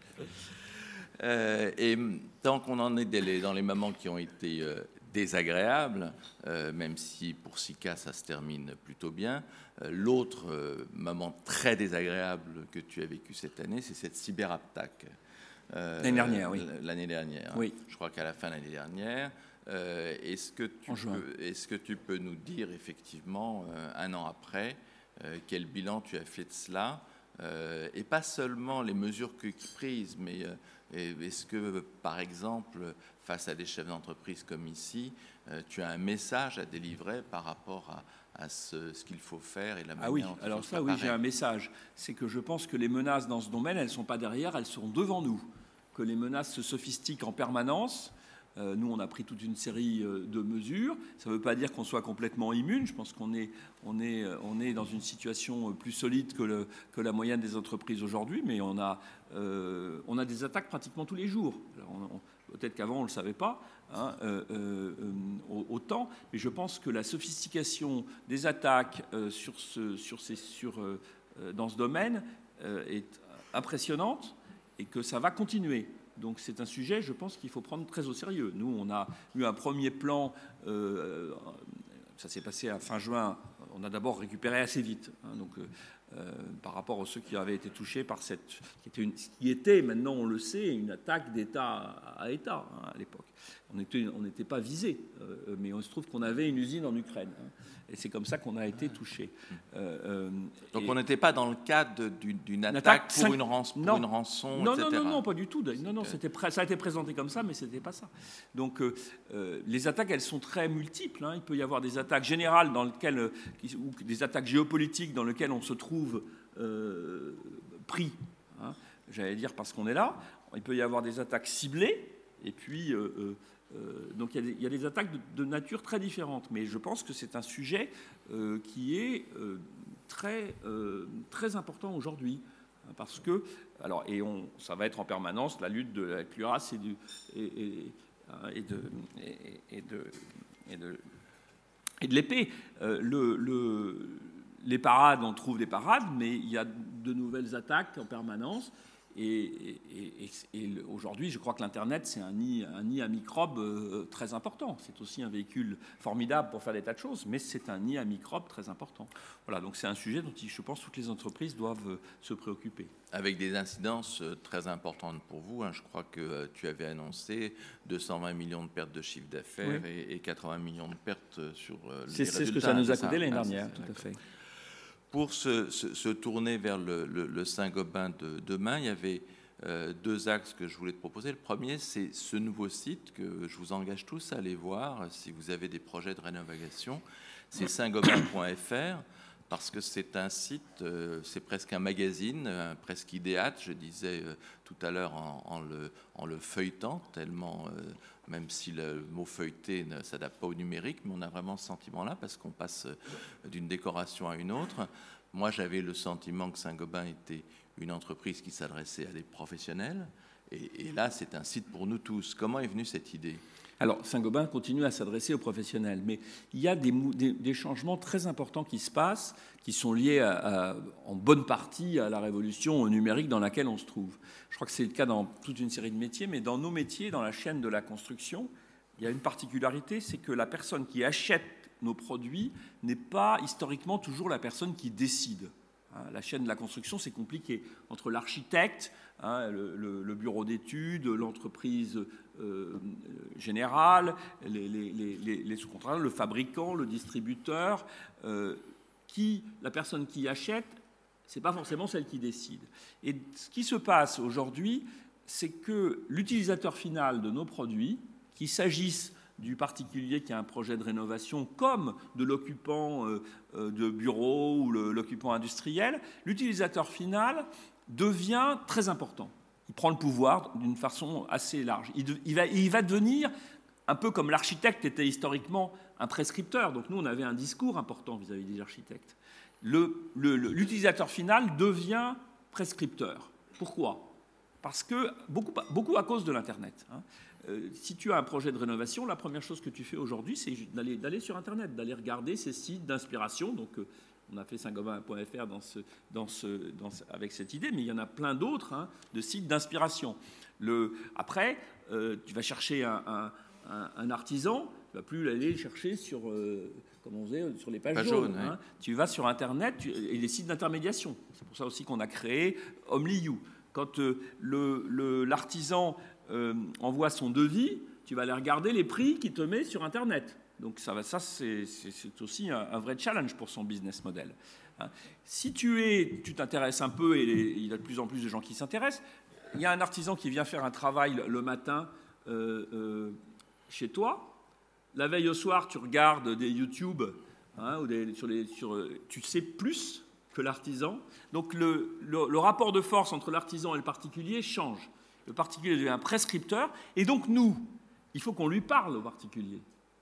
Euh, et tant qu'on en est dans les moments qui ont été euh, désagréables, euh, même si pour Sika ça se termine plutôt bien, euh, l'autre euh, moment très désagréable que tu as vécu cette année, c'est cette cyberattaque. Euh, l'année dernière, oui. L'année dernière. Oui. Je crois qu'à la fin de l'année dernière. Euh, est-ce que tu peux, est-ce que tu peux nous dire effectivement, euh, un an après, euh, quel bilan tu as fait de cela euh, et pas seulement les mesures que, qui prises, mais euh, est-ce que, par exemple, face à des chefs d'entreprise comme ici, euh, tu as un message à délivrer par rapport à, à ce, ce qu'il faut faire et la manière ah oui, dont il alors faut ça, oui, j'ai un message. C'est que je pense que les menaces dans ce domaine, elles ne sont pas derrière, elles sont devant nous. Que les menaces se sophistiquent en permanence. Euh, nous, on a pris toute une série euh, de mesures. Ça ne veut pas dire qu'on soit complètement immune. Je pense qu'on est, on est, on est dans une situation plus solide que, le, que la moyenne des entreprises aujourd'hui, mais on a, euh, on a des attaques pratiquement tous les jours. Alors on, on, peut-être qu'avant, on ne le savait pas, hein, euh, euh, autant, mais je pense que la sophistication des attaques euh, sur ce, sur ces, sur, euh, dans ce domaine euh, est impressionnante. Et que ça va continuer. Donc c'est un sujet, je pense, qu'il faut prendre très au sérieux. Nous, on a eu un premier plan, euh, ça s'est passé à fin juin, on a d'abord récupéré assez vite, hein, donc, euh, par rapport à ceux qui avaient été touchés par cette... qui était, une, qui était maintenant, on le sait, une attaque d'État à État, hein, à l'époque. On n'était on n'était pas visé, euh, mais on se trouve qu'on avait une usine en Ukraine. Hein, et c'est comme ça qu'on a été touché. Euh, euh, Donc on n'était pas dans le cadre d'une, d'une attaque, attaque pour, cinq... une, rançon, pour non. une rançon, non, et cetera. Non, non, non, pas du tout. Non, non, c'était pré... ça a été présenté comme ça, mais ce n'était pas ça. Donc euh, euh, les attaques, elles sont très multiples. Hein. Il peut y avoir des attaques générales dans lesquelles, euh, ou des attaques géopolitiques dans lesquelles on se trouve euh, pris, hein, j'allais dire parce qu'on est là. Il peut y avoir des attaques ciblées, et puis... Euh, euh, donc il y, il y a des attaques de, de nature très différentes. Mais je pense que c'est un sujet euh, qui est euh, très, euh, très important aujourd'hui. Parce que, alors, et on, ça va être en permanence la lutte de la cuirasse et, du, et, et, et de, et, et de, et de, et de l'épée. Euh, le, le, les parades, on trouve des parades, mais il y a de nouvelles attaques en permanence. Et, et, et, et aujourd'hui, je crois que l'Internet, c'est un nid, un nid à microbes euh, très important. C'est aussi un véhicule formidable pour faire des tas de choses, mais c'est un nid à microbes très important. Voilà, donc c'est un sujet dont je pense toutes les entreprises doivent euh, se préoccuper. Avec des incidences très importantes pour vous. Hein. Je crois que tu avais annoncé deux cent vingt millions de pertes de chiffre d'affaires, oui, et, et quatre-vingts millions de pertes sur euh, les c'est, résultats. C'est ce que ça nous a coûté l'année ah, dernière, c'est, c'est, tout à fait. Pour se, se, se tourner vers le, le, le Saint-Gobain de demain, il y avait euh, deux axes que je voulais te proposer. Le premier, c'est ce nouveau site que je vous engage tous à aller voir si vous avez des projets de rénovation. C'est saint gobain point f r, parce que c'est un site, euh, c'est presque un magazine, euh, presque idéate, je disais euh, tout à l'heure en, en, le, en le feuilletant, tellement... Euh, même si le mot feuilleté ne s'adapte pas au numérique, mais on a vraiment ce sentiment-là, parce qu'on passe d'une décoration à une autre. Moi, j'avais le sentiment que Saint-Gobain était une entreprise qui s'adressait à des professionnels, et, et là, c'est un site pour nous tous. Comment est venue cette idée ? Alors, Saint-Gobain continue à s'adresser aux professionnels, mais il y a des, des, des changements très importants qui se passent, qui sont liés à, à, en bonne partie à la révolution numérique dans laquelle on se trouve. Je crois que c'est le cas dans toute une série de métiers, mais dans nos métiers, dans la chaîne de la construction, il y a une particularité, c'est que la personne qui achète nos produits n'est pas historiquement toujours la personne qui décide. La chaîne de la construction, c'est compliqué. Entre l'architecte, hein, le, le, le bureau d'études, l'entreprise euh, générale, les, les, les, les sous-contrats, le fabricant, le distributeur, euh, qui, la personne qui achète, ce n'est pas forcément celle qui décide. Et ce qui se passe aujourd'hui, c'est que l'utilisateur final de nos produits, qu'il s'agisse du particulier qui a un projet de rénovation comme de l'occupant euh, de bureau ou le, l'occupant industriel, l'utilisateur final devient très important. Il prend le pouvoir d'une façon assez large. Il, de, il, va, il va devenir un peu comme l'architecte était historiquement un prescripteur. Donc nous, on avait un discours important vis-à-vis des architectes. Le, le, le, l'utilisateur final devient prescripteur. Pourquoi ? Parce que, beaucoup, beaucoup à cause de l'Internet. Hein. Euh, si tu as un projet de rénovation, la première chose que tu fais aujourd'hui, c'est d'aller, d'aller sur Internet, d'aller regarder ces sites d'inspiration. Donc, euh, on a fait saint gobain point f r dans ce, dans ce, dans ce, avec cette idée, mais il y en a plein d'autres, hein, de sites d'inspiration. Le, après, euh, tu vas chercher un, un, un, un artisan, tu ne vas plus aller chercher sur, euh, comme on faisait, sur les pages Pas jaunes. jaune, Hein. Oui. Tu vas sur Internet tu, et les sites d'intermédiation. C'est pour ça aussi qu'on a créé Only You. Quand euh, le, le, l'artisan euh, envoie son devis, tu vas aller regarder les prix qu'il te met sur Internet. Donc ça, va, ça c'est, c'est, c'est aussi un, un vrai challenge pour son business model. Hein. Si tu, es, tu t'intéresses un peu, et les, il y a de plus en plus de gens qui s'intéressent, il y a un artisan qui vient faire un travail le, le matin euh, euh, chez toi. La veille au soir, tu regardes des YouTube, hein, ou des, sur les, sur, tu sais plus que l'artisan. Donc le, le, le rapport de force entre l'artisan et le particulier change. Le particulier devient un prescripteur, et donc nous, il faut qu'on lui parle au particulier.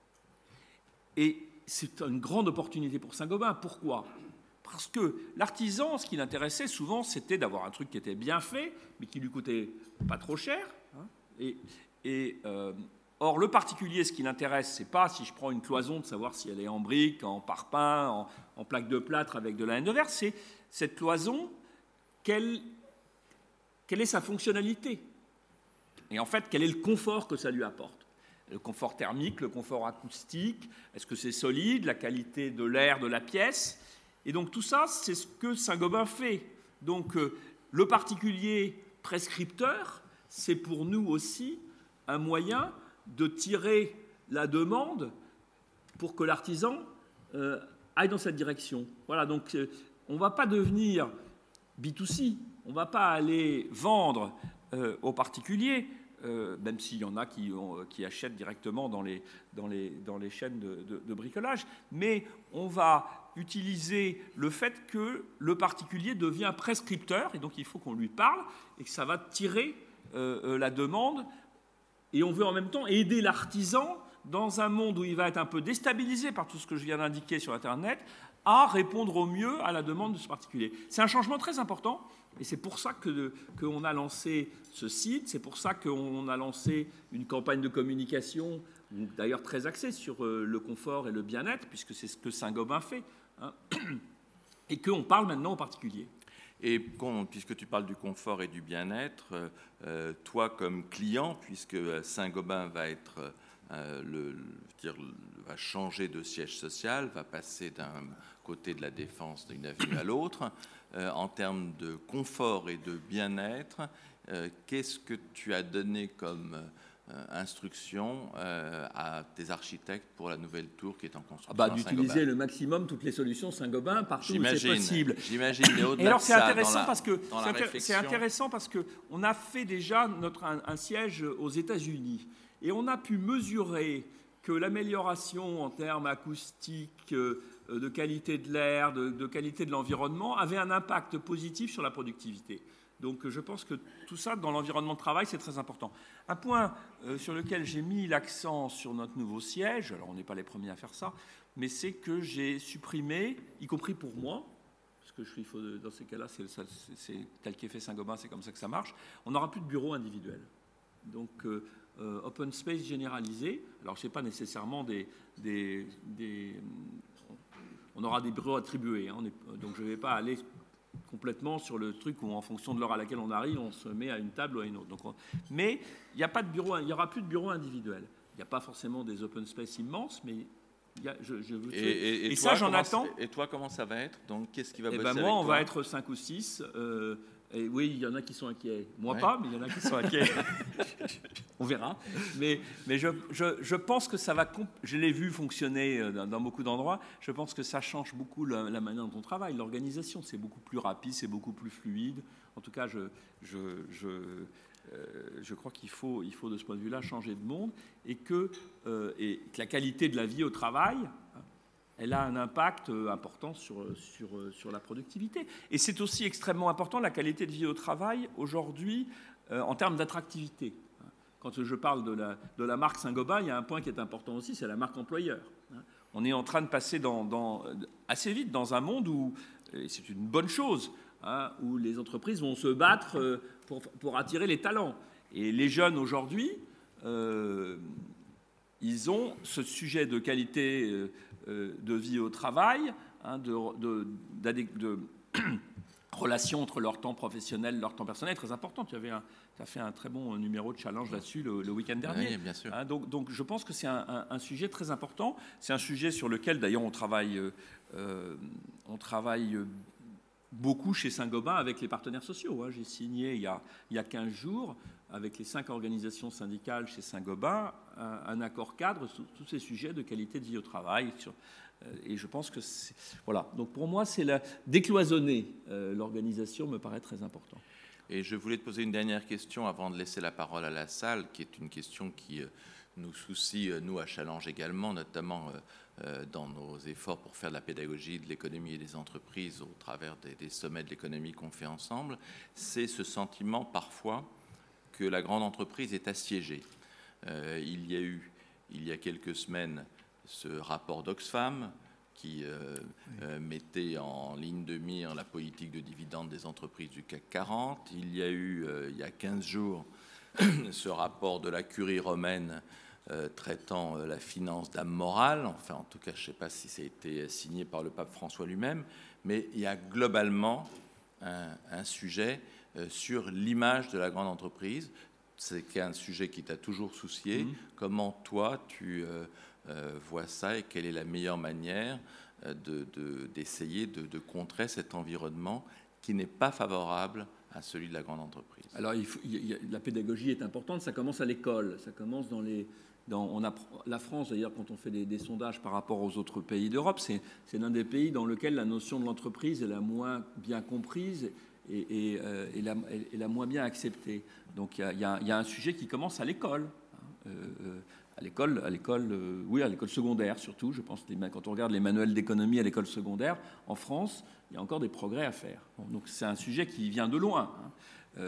Et c'est une grande opportunité pour Saint-Gobain. Pourquoi ? Parce que l'artisan, ce qui l'intéressait souvent, c'était d'avoir un truc qui était bien fait, mais qui lui coûtait pas trop cher. Hein, et, et euh, Or, le particulier, ce qui l'intéresse, c'est pas si je prends une cloison de savoir si elle est en briques, en parpaing, en, en plaque de plâtre avec de la laine de verre, c'est cette cloison, quelle, quelle est sa fonctionnalité ? Et en fait, quel est le confort que ça lui apporte ? Le confort thermique, le confort acoustique, est-ce que c'est solide, la qualité de l'air de la pièce ? Et donc tout ça, c'est ce que Saint-Gobain fait. Donc euh, le particulier prescripteur, c'est pour nous aussi un moyen de tirer la demande pour que l'artisan euh, aille dans cette direction. Voilà, donc euh, on ne va pas devenir B deux C, on ne va pas aller vendre euh, aux particuliers, euh, même s'il y en a qui, ont, qui achètent directement dans les, dans les, dans les chaînes de, de, de bricolage, mais on va utiliser le fait que le particulier devient prescripteur, et donc il faut qu'on lui parle, et que ça va tirer euh, la demande. Et on veut en même temps aider l'artisan dans un monde où il va être un peu déstabilisé par tout ce que je viens d'indiquer sur Internet, à répondre au mieux à la demande de ce particulier. C'est un changement très important, et c'est pour ça que, qu'on a lancé ce site, c'est pour ça qu'on a lancé une campagne de communication, d'ailleurs très axée sur le confort et le bien-être, puisque c'est ce que Saint-Gobain fait, hein, et qu'on parle maintenant aux particuliers. Et puisque tu parles du confort et du bien-être, euh, toi comme client, puisque Saint-Gobain va être euh, le, dire, va changer de siège social, va passer d'un côté de la Défense d'une avenue à l'autre, euh, en termes de confort et de bien-être, euh, qu'est-ce que tu as donné comme euh, instruction euh, à tes architectes pour la nouvelle tour qui est en construction? Ah bah, d'utiliser le maximum toutes les solutions Saint-Gobain partout où c'est possible. J'imagine. Mais au-delà Et alors de c'est ça, intéressant dans la, parce que dans c'est, la intér- c'est intéressant parce que on a fait déjà notre un, un siège aux États-Unis et on a pu mesurer que l'amélioration en termes acoustiques, euh, de qualité de l'air, de, de qualité de l'environnement avait un impact positif sur la productivité. Donc je pense que tout ça, dans l'environnement de travail, c'est très important. Un point euh, sur lequel j'ai mis l'accent sur notre nouveau siège, alors on n'est pas les premiers à faire ça, mais c'est que j'ai supprimé, y compris pour moi, parce que je suis, faut, dans ces cas-là, c'est, c'est, c'est tel qu'est fait Saint-Gobain, c'est comme ça que ça marche, on n'aura plus de bureaux individuels. Donc euh, euh, open space généralisé, alors je ne sais pas nécessairement des... des, des on aura des bureaux attribués, hein, on est, donc je ne vais pas aller complètement sur le truc où en fonction de l'heure à laquelle on arrive, on se met à une table ou à une autre. Donc on... Mais il n'y a pas de bureau, il n'y aura plus de bureaux individuels. Il n'y a pas forcément des open space immenses, mais il y a, je, je veux... Et, et, et, et toi, ça, j'en attends. Et toi, comment ça va être? Donc, qu'est-ce qui va et bosser ben avec moi, on toi? va être cinq ou six. Euh, et oui, il y en a qui sont inquiets. Moi ouais. pas, mais il y en a qui sont inquiets. On verra. Mais, mais je, je, je pense que ça va... Comp- je l'ai vu fonctionner dans, dans beaucoup d'endroits. Je pense que ça change beaucoup la, la manière dont on travaille. L'organisation, c'est beaucoup plus rapide, c'est beaucoup plus fluide. En tout cas, je, je, je, euh, je crois qu'il faut, il faut, de ce point de vue-là, changer de monde. Et que, euh, et que la qualité de la vie au travail... elle a un impact important sur, sur, sur la productivité. Et c'est aussi extrêmement important, la qualité de vie au travail, aujourd'hui, euh, en termes d'attractivité. Quand je parle de la, de la marque Saint-Gobain, il y a un point qui est important aussi, c'est la marque employeur. On est en train de passer dans, dans, assez vite dans un monde où, et c'est une bonne chose, hein, où les entreprises vont se battre pour, pour attirer les talents. Et les jeunes, aujourd'hui, euh, ils ont ce sujet de qualité... Euh, de vie au travail, hein, de, de, de, de relation entre leur temps professionnel et leur temps personnel, très important. Tu avais un, tu as fait un très bon numéro de challenge là-dessus le, le week-end dernier. Oui, bien sûr. Hein, donc, donc je pense que c'est un, un, un sujet très important. C'est un sujet sur lequel, d'ailleurs, on travaille, euh, on travaille beaucoup chez Saint-Gobain avec les partenaires sociaux. Hein. J'ai signé il y, a, il y a quinze jours avec les cinq organisations syndicales chez Saint-Gobain, un, un accord cadre sur tous ces sujets de qualité de vie au travail. Sur, euh, et je pense que c'est... Voilà. Donc pour moi, c'est la, décloisonner euh, l'organisation me paraît très important. Et je voulais te poser une dernière question avant de laisser la parole à la salle, qui est une question qui euh, nous soucie, euh, nous, à Challenge également, notamment euh, euh, dans nos efforts pour faire de la pédagogie de l'économie et des entreprises au travers des, des sommets de l'économie qu'on fait ensemble. C'est ce sentiment, parfois, que la grande entreprise est assiégée. Euh, il y a eu, il y a quelques semaines, ce rapport d'Oxfam qui euh, oui. euh, mettait en ligne de mire la politique de dividendes des entreprises du C A C quarante. Il y a eu, euh, il y a quinze jours, ce rapport de la curie romaine euh, traitant euh, la finance d'âme morale. Enfin, en tout cas, je ne sais pas si ça a été signé par le pape François lui-même, mais il y a globalement un, un sujet sur l'image de la grande entreprise. C'est un sujet qui t'a toujours soucié. Mmh. Comment toi, tu euh, euh, vois ça et quelle est la meilleure manière de, de, d'essayer de, de contrer cet environnement qui n'est pas favorable à celui de la grande entreprise? Alors, il faut, il y a, la pédagogie est importante. Ça commence à l'école. Ça commence dans les... Dans, on apprend, la France, d'ailleurs, quand on fait des, des sondages par rapport aux autres pays d'Europe, c'est, c'est l'un des pays dans lequel la notion de l'entreprise est la moins bien comprise et, et, euh, et, la, et la moins bien acceptée. Donc il y, y, y a un sujet qui commence à l'école, hein, euh, à l'école, à l'école, euh, oui, à l'école secondaire surtout. Je pense que quand on regarde les manuels d'économie à l'école secondaire en France, il y a encore des progrès à faire. Bon, donc c'est un sujet qui vient de loin. Hein. Euh,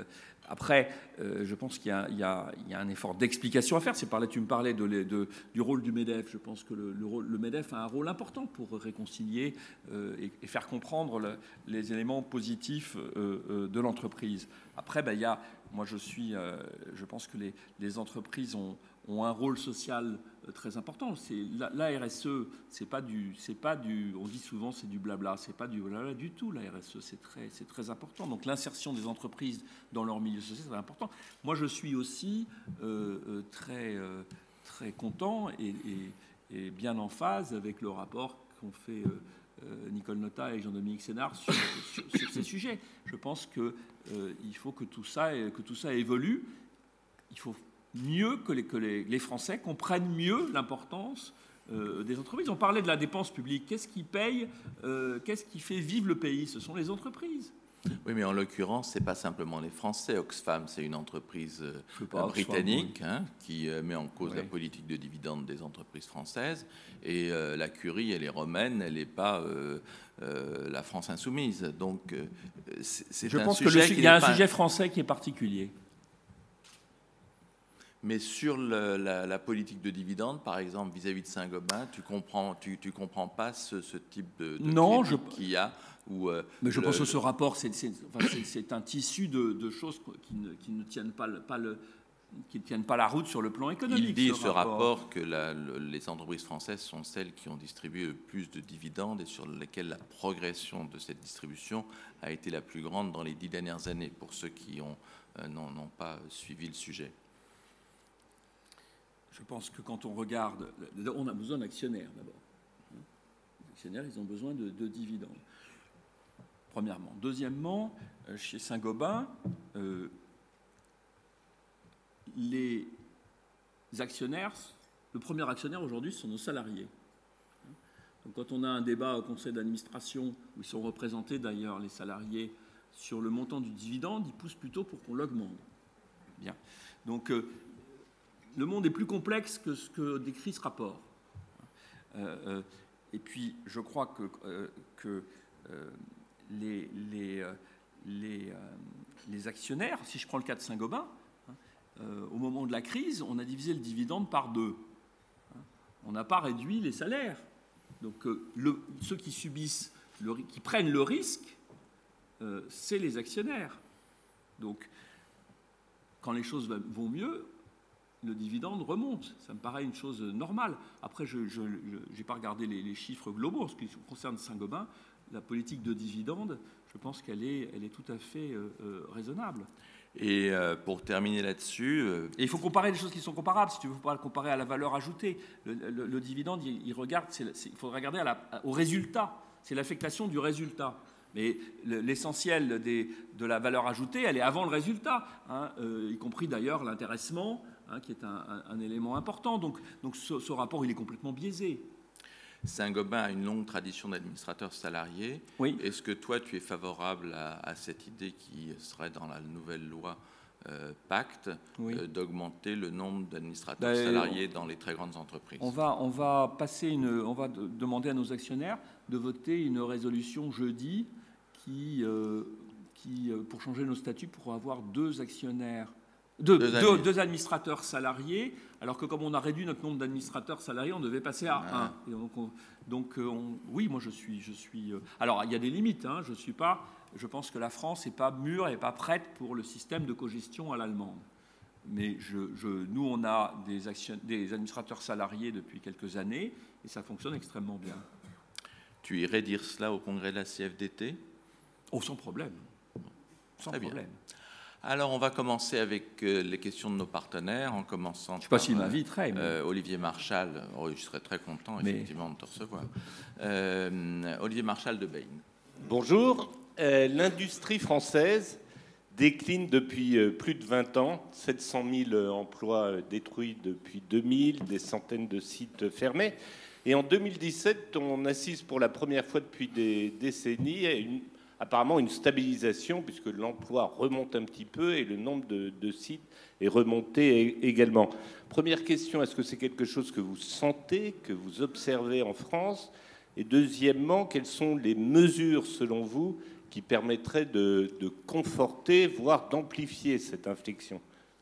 Après, euh, je pense qu'il y a, il y a, il y a un effort d'explication à faire. C'est par là, tu me parlais de, de, du rôle du MEDEF. Je pense que le, le, rôle, le MEDEF a un rôle important pour réconcilier euh, et, et faire comprendre le, les éléments positifs euh, euh, de l'entreprise. Après, ben, il y a, moi je suis, euh, je pense que les, les entreprises ont, ont un rôle social très important. C'est la R S E, c'est pas du, c'est pas du, on dit souvent c'est du blabla, c'est pas du blabla du tout. La R S E, c'est très, c'est très important. Donc l'insertion des entreprises dans leur milieu social, c'est très important. Moi, je suis aussi euh, euh, très, euh, très content et, et, et bien en phase avec le rapport qu'ont fait euh, euh, Nicole Notat et Jean-Dominique Sénard sur, sur, sur ces sujets. Je pense que euh, il faut que tout ça, que tout ça évolue. Il faut mieux que les, que les, les Français comprennent mieux l'importance euh, des entreprises. On parlait de la dépense publique. Qu'est-ce qui paye, euh, qu'est-ce qui fait vivre le pays? Ce sont les entreprises. Oui, mais en l'occurrence, ce n'est pas simplement les Français. Oxfam, c'est une entreprise euh, pas, britannique Oxfam, oui. hein, qui euh, met en cause oui. la politique de dividendes des entreprises françaises. Et euh, la Curie, elle est romaine, elle n'est pas euh, euh, la France insoumise. Donc, euh, c'est, c'est Je un pense sujet qu'il y a un pas... sujet français qui est particulier. Mais sur le, la, la politique de dividendes, par exemple, vis-à-vis de Saint-Gobain, tu comprends, tu, tu comprends pas ce, ce type de, de non, je... qu'il y a où, euh, Mais je le, pense que ce rapport, c'est, c'est, enfin, c'est, c'est un tissu de, de choses qui ne, qui ne tiennent pas, le, pas le, qui ne tiennent pas la route sur le plan économique. Il dit, ce, ce rapport, rapport que la, le, les entreprises françaises sont celles qui ont distribué le plus de dividendes et sur lesquelles la progression de cette distribution a été la plus grande dans les dix dernières années, pour ceux qui ont, euh, n'ont, n'ont pas suivi le sujet. Je pense que quand on regarde, on a besoin d'actionnaires d'abord. Les actionnaires, ils ont besoin de, de dividendes. Premièrement. Deuxièmement, chez Saint-Gobain, euh, les actionnaires, le premier actionnaire aujourd'hui, ce sont nos salariés. Donc quand on a un débat au conseil d'administration, où ils sont représentés d'ailleurs les salariés sur le montant du dividende, ils poussent plutôt pour qu'on l'augmente. Bien. Donc euh, le monde est plus complexe que ce que décrit ce rapport. Euh, euh, et puis, je crois que, euh, que euh, les, les, euh, les, euh, les actionnaires, si je prends le cas de Saint-Gobain, hein, euh, au moment de la crise, on a divisé le dividende par deux. Hein, on n'a pas réduit les salaires. Donc, euh, le, ceux qui subissent, le, qui prennent le risque, euh, c'est les actionnaires. Donc, quand les choses vont mieux, le dividende remonte. Ça me paraît une chose normale. Après, je n'ai pas regardé les, les chiffres globaux. En ce qui concerne Saint-Gobain, la politique de dividende, je pense qu'elle est, elle est tout à fait euh, euh, raisonnable. Et euh, pour terminer là-dessus... Euh... Et il faut comparer les choses qui sont comparables. Si tu veux pas le comparer à la valeur ajoutée, le, le, le dividende, il, il regarde, c'est, c'est, il faut regarder à la, au résultat. C'est l'affectation du résultat. Mais l'essentiel des, de la valeur ajoutée, elle est avant le résultat, hein, euh, y compris d'ailleurs l'intéressement, hein, qui est un, un, un élément important. Donc, donc ce, ce rapport, il est complètement biaisé. Saint-Gobain a une longue tradition d'administrateurs salariés. Oui. Est-ce que toi, tu es favorable à, à cette idée qui serait dans la nouvelle loi euh, Pacte, oui. euh, d'augmenter le nombre d'administrateurs ben, salariés on, dans les très grandes entreprises? On va, on va passer une, on va de, demander à nos actionnaires de voter une résolution jeudi qui, euh, qui pour changer nos statuts, pour avoir deux actionnaires. Deux, deux, deux, deux administrateurs salariés, alors que comme on a réduit notre nombre d'administrateurs salariés, on devait passer à ah. un. Et donc, on, donc on, oui, moi je suis, je suis. Alors il y a des limites. Hein, je suis pas. Je pense que la France n'est pas mûre et pas prête pour le système de cogestion à l'allemande. Mais je, je, nous, on a des, action, des administrateurs salariés depuis quelques années et ça fonctionne extrêmement bien. Tu irais dire cela au congrès de la C F D T? Oh, sans problème. Sans Très problème. Bien. Alors, on va commencer avec euh, les questions de nos partenaires, en commençant je ne sais pas par s'il m'inviterait, mais... euh, Olivier Marchal. Oh, je serais très content, effectivement, mais... de te recevoir. Euh, Olivier Marchal de Bain. Bonjour. Euh, l'industrie française décline depuis euh, plus de vingt ans. sept cent mille emplois euh, détruits depuis deux mille, des centaines de sites fermés. Et en deux mille dix-sept, on assiste pour la première fois depuis des décennies à une... apparemment une stabilisation, puisque l'emploi remonte un petit peu et le nombre de, de sites est remonté également. Première question, est-ce que c'est quelque chose que vous sentez, que vous observez en France? Et deuxièmement, quelles sont les mesures, selon vous, qui permettrait de, de conforter, voire d'amplifier cette inflexion?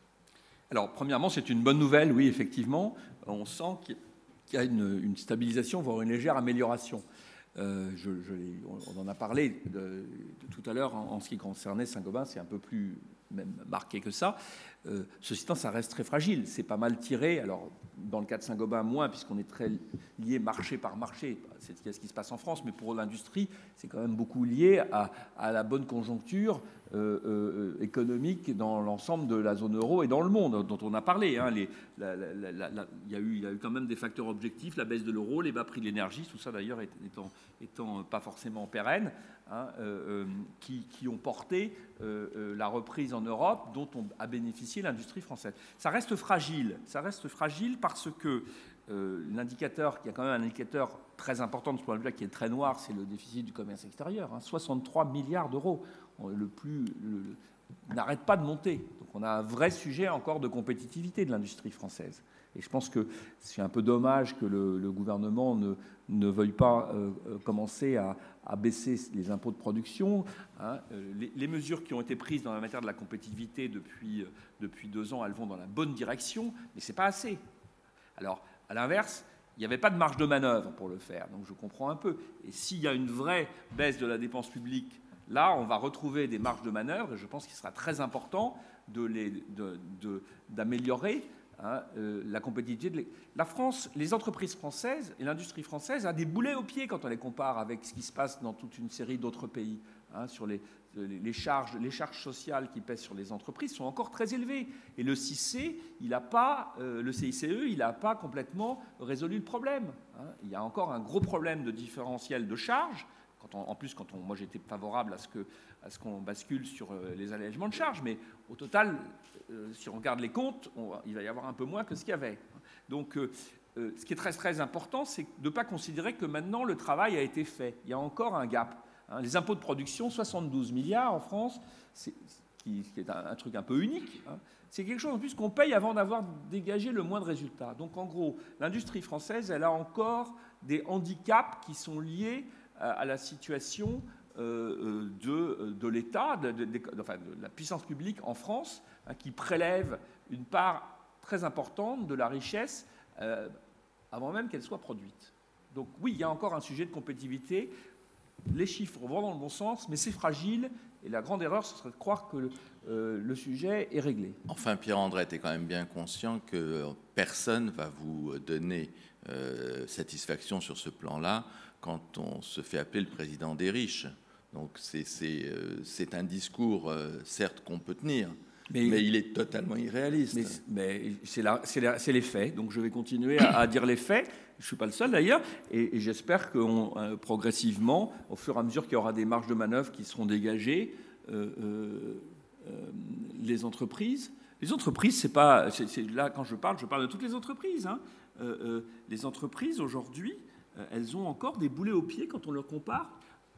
Alors, premièrement, c'est une bonne nouvelle, oui, effectivement. On sent qu'il y a une, une stabilisation, voire une légère amélioration. Euh, je, je, on en a parlé de, de tout à l'heure en, en ce qui concernait Saint-Gobain, c'est un peu plus même marqué que ça. Euh, ceci étant, ça reste très fragile, c'est pas mal tiré. Alors, dans le cas de Saint-Gobain, moins, puisqu'on est très lié marché par marché. C'est ce qui se passe en France, mais pour l'industrie, c'est quand même beaucoup lié à, à la bonne conjoncture euh, euh, économique dans l'ensemble de la zone euro et dans le monde, dont on a parlé. Hein. Les, la, la, la, la, il, y a eu, il y a eu quand même des facteurs objectifs, la baisse de l'euro, les bas prix de l'énergie, tout ça d'ailleurs étant, étant pas forcément pérenne, hein, euh, qui, qui ont porté euh, euh, la reprise en Europe, dont on a bénéficié l'industrie française. Ça reste fragile, ça reste fragile parce que euh, l'indicateur, qui y a quand même un indicateur très important de ce point de vue-là, qui est très noir, c'est le déficit du commerce extérieur, hein, soixante-trois milliards d'euros. Le plus le, le, n'arrête pas de monter. Donc on a un vrai sujet encore de compétitivité de l'industrie française. Et je pense que c'est un peu dommage que le, le gouvernement ne, ne veuille pas euh, commencer à, à baisser les impôts de production. Hein. Les, les mesures qui ont été prises dans la matière de la compétitivité depuis, depuis deux ans, elles vont dans la bonne direction, mais ce n'est pas assez. Alors, à l'inverse, il n'y avait pas de marge de manœuvre pour le faire, donc je comprends un peu. Et s'il y a une vraie baisse de la dépense publique, là, on va retrouver des marges de manœuvre, et je pense qu'il sera très important de les, de, de, d'améliorer hein, euh, la compétitivité. De les... La France, les entreprises françaises et l'industrie française a des boulets aux pieds quand on les compare avec ce qui se passe dans toute une série d'autres pays. Hein, sur les, les, charges, les charges sociales qui pèsent sur les entreprises sont encore très élevées. Et le C I C, il a pas, euh, le C I C E, il n'a pas complètement résolu le problème. Hein. Il y a encore un gros problème de différentiel de charges. Quand on, en plus, quand on, moi j'étais favorable à ce, que, à ce qu'on bascule sur euh, les allègements de charges, mais au total, euh, si on regarde les comptes, on, il va y avoir un peu moins que ce qu'il y avait. Donc, euh, euh, ce qui est très très important, c'est de ne pas considérer que maintenant le travail a été fait. Il y a encore un gap. Hein. Les impôts de production, soixante-douze milliards en France, c'est, qui, qui est un, un truc un peu unique. Hein. C'est quelque chose en plus qu'on paye avant d'avoir dégagé le moins de résultats. Donc, en gros, l'industrie française, elle a encore des handicaps qui sont liés à la situation euh, de, de l'État, de, de, de, enfin, de la puissance publique en France, hein, qui prélève une part très importante de la richesse euh, avant même qu'elle soit produite. Donc oui, il y a encore un sujet de compétitivité. Les chiffres vont dans le bon sens, mais c'est fragile. Et la grande erreur, ce serait de croire que le, euh, le sujet est réglé. Enfin, Pierre-André est quand même bien conscient que personne ne va vous donner euh, satisfaction sur ce plan-là quand on se fait appeler le président des riches. Donc c'est, c'est, euh, c'est un discours, euh, certes, qu'on peut tenir, mais, mais il est totalement irréaliste. Mais, mais c'est, la, c'est, la, c'est les faits, donc je vais continuer à, à dire les faits. Je ne suis pas le seul d'ailleurs, et, et j'espère que euh, progressivement, au fur et à mesure qu'il y aura des marges de manœuvre qui seront dégagées, euh, euh, euh, les entreprises... Les entreprises, c'est pas... C'est, c'est, là, quand je parle, je parle de toutes les entreprises. Hein. Euh, euh, les entreprises, aujourd'hui, elles ont encore des boulets aux pieds quand on leur compare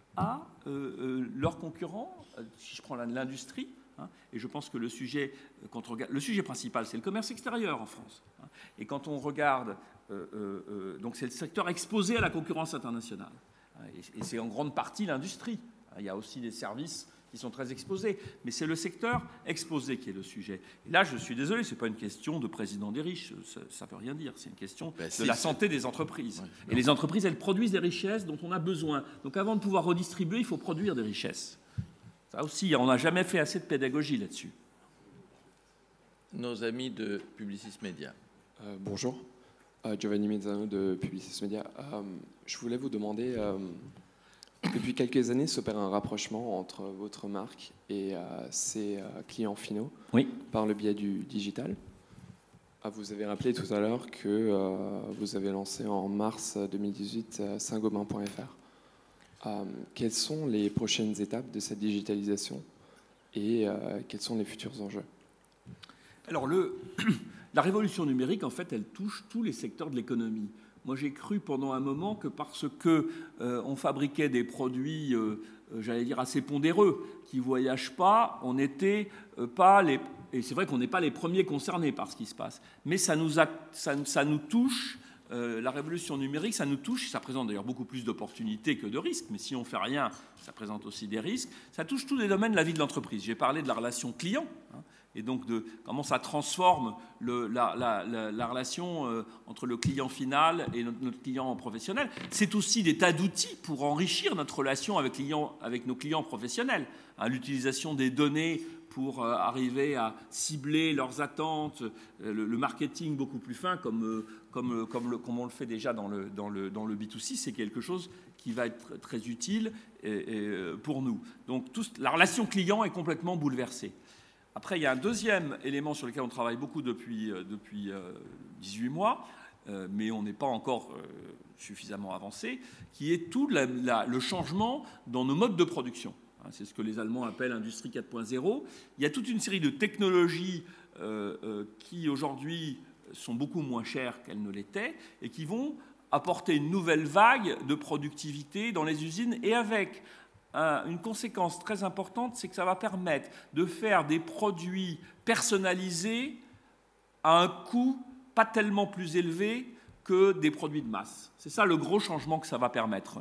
à euh, euh, leurs concurrents, si je prends l'industrie, hein, et je pense que le sujet, quand on regarde, le sujet principal, c'est le commerce extérieur en France. Hein, et quand on regarde, euh, euh, donc c'est le secteur exposé à la concurrence internationale. Hein, et, et c'est en grande partie l'industrie. Hein, il y a aussi des services qui sont très exposés, mais c'est le secteur exposé qui est le sujet. Et là, je suis désolé, ce n'est pas une question de président des riches, ça ne veut rien dire, c'est une question ben, de si, la santé des entreprises. Ouais, et les entreprises, elles produisent des richesses dont on a besoin. Donc avant de pouvoir redistribuer, il faut produire des richesses. Ça aussi, on n'a jamais fait assez de pédagogie là-dessus. Nos amis de Publicis Média. Euh, bonjour, euh, Giovanni Mezzano de Publicis Média. Euh, je voulais vous demander... Euh, Depuis quelques années, s'opère un rapprochement entre votre marque et euh, ses euh, clients finaux, oui, par le biais du digital. Ah, vous avez rappelé tout à l'heure que euh, vous avez lancé en mars deux mille dix-huit euh, saint gobain point f r. Euh, quelles sont les prochaines étapes de cette digitalisation et euh, quels sont les futurs enjeux? Alors, le, la révolution numérique, en fait, elle touche tous les secteurs de l'économie. Moi, j'ai cru pendant un moment que parce que euh, on fabriquait des produits, euh, j'allais dire, assez pondéreux, qui ne voyagent pas, on n'était euh, pas les... Et c'est vrai qu'on n'est pas les premiers concernés par ce qui se passe. Mais ça nous, a, ça, ça nous touche euh, la révolution numérique, ça nous touche, ça présente d'ailleurs beaucoup plus d'opportunités que de risques, mais si on ne fait rien, ça présente aussi des risques. Ça touche tous les domaines de la vie de l'entreprise. J'ai parlé de la relation client, hein, et donc de comment ça transforme le, la, la, la, la relation euh, entre le client final et notre, notre client professionnel. C'est aussi des tas d'outils pour enrichir notre relation avec, client, avec nos clients professionnels. Hein, l'utilisation des données pour euh, arriver à cibler leurs attentes, euh, le, le marketing beaucoup plus fin, comme, euh, comme, euh, comme, le, comme on le fait déjà dans le, dans le, dans le B deux C, c'est quelque chose qui va être très utile et, et, pour nous. Donc tout, la relation client est complètement bouleversée. Après, il y a un deuxième élément sur lequel on travaille beaucoup depuis, euh, depuis euh, dix-huit mois, euh, mais on n'est pas encore euh, suffisamment avancé, qui est tout la, la, le changement dans nos modes de production. C'est ce que les Allemands appellent Industrie quatre point zéro. Il y a toute une série de technologies euh, euh, qui, aujourd'hui, sont beaucoup moins chères qu'elles ne l'étaient et qui vont apporter une nouvelle vague de productivité dans les usines et avec un, une conséquence très importante, c'est que ça va permettre de faire des produits personnalisés à un coût pas tellement plus élevé que des produits de masse. C'est ça le gros changement que ça va permettre,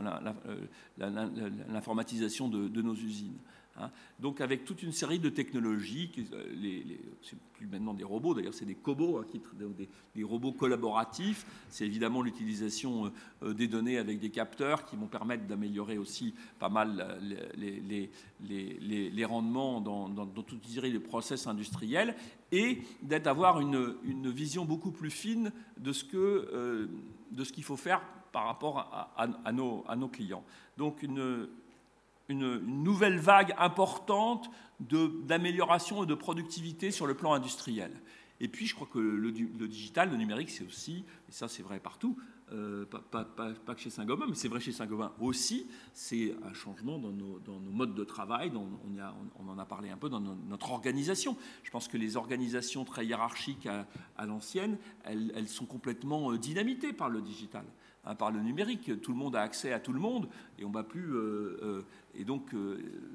l'informatisation de, de nos usines. Hein. Donc avec toute une série de technologies, les, les, c'est plus maintenant des robots, d'ailleurs c'est des cobots, hein, qui, des, des robots collaboratifs, c'est évidemment l'utilisation euh, des données avec des capteurs qui vont permettre d'améliorer aussi pas mal les, les, les, les, les rendements dans, dans, dans toute une série de process industriels et d'avoir une, une vision beaucoup plus fine de ce, que, euh, de ce qu'il faut faire par rapport à, à, à, nos, à nos clients. Donc une Une, une nouvelle vague importante d'amélioration et de productivité sur le plan industriel. Et puis, je crois que le, le digital, le numérique, c'est aussi, et ça c'est vrai partout, euh, pas, pas, pas, pas que chez Saint-Gobain, mais c'est vrai chez Saint-Gobain aussi, c'est un changement dans nos, dans nos modes de travail, dont on, y a, on, on en a parlé un peu dans no, notre organisation. Je pense que les organisations très hiérarchiques à, à l'ancienne, elles, elles sont complètement dynamitées par le digital. Hein, par le numérique, tout le monde a accès à tout le monde et on ne va plus. Euh, euh, et donc, euh,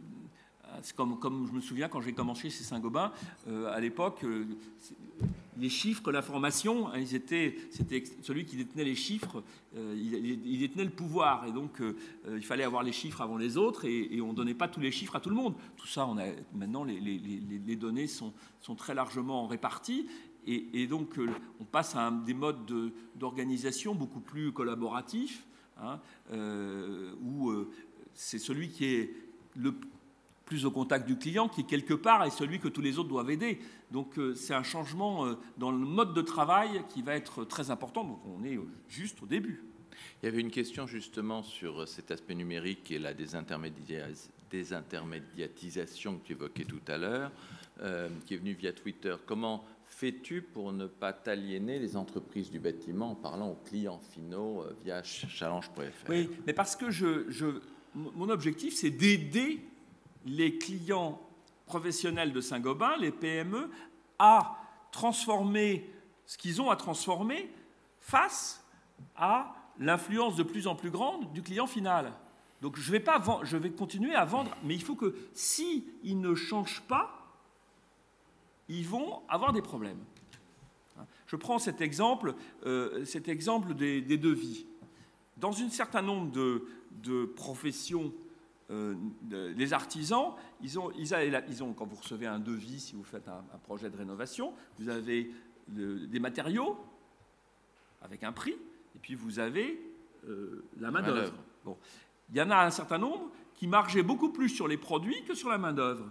c'est comme, comme je me souviens quand j'ai commencé chez Saint-Gobain, euh, à l'époque, euh, les chiffres, l'information, hein, ils étaient, c'était celui qui détenait les chiffres, euh, il, il détenait le pouvoir et donc euh, il fallait avoir les chiffres avant les autres et, et on ne donnait pas tous les chiffres à tout le monde. Tout ça, on a, maintenant, les, les, les, les données sont, sont très largement réparties. Et, et donc, euh, on passe à un, des modes de, d'organisation beaucoup plus collaboratifs, hein, euh, où euh, c'est celui qui est le plus au contact du client, qui, quelque part, est celui que tous les autres doivent aider. Donc, euh, c'est un changement euh, dans le mode de travail qui va être très important. Donc, on est juste au début. Il y avait une question, justement, sur cet aspect numérique et la désintermédiatisation désintermédiatisation que tu évoquais tout à l'heure, euh, qui est venue via Twitter. Comment fais-tu pour ne pas t'aliéner les entreprises du bâtiment en parlant aux clients finaux euh, via challenge point F R? Oui, mais parce que je, je, mon objectif, c'est d'aider les clients professionnels de Saint-Gobain, les P M E, à transformer ce qu'ils ont à transformer face à l'influence de plus en plus grande du client final. Donc je vais, pas vendre, je vais continuer à vendre, mais il faut que s'ils ne changent pas, ils vont avoir des problèmes. Je prends cet exemple, euh, cet exemple des, des devis. Dans un certain nombre de, de professions, euh, de, les artisans, ils ont, ils, a, ils ont, quand vous recevez un devis, si vous faites un, un projet de rénovation, vous avez le, des matériaux avec un prix, et puis vous avez euh, la main-d'œuvre. Bon. Il y en a un certain nombre qui margeaient beaucoup plus sur les produits que sur la main-d'œuvre.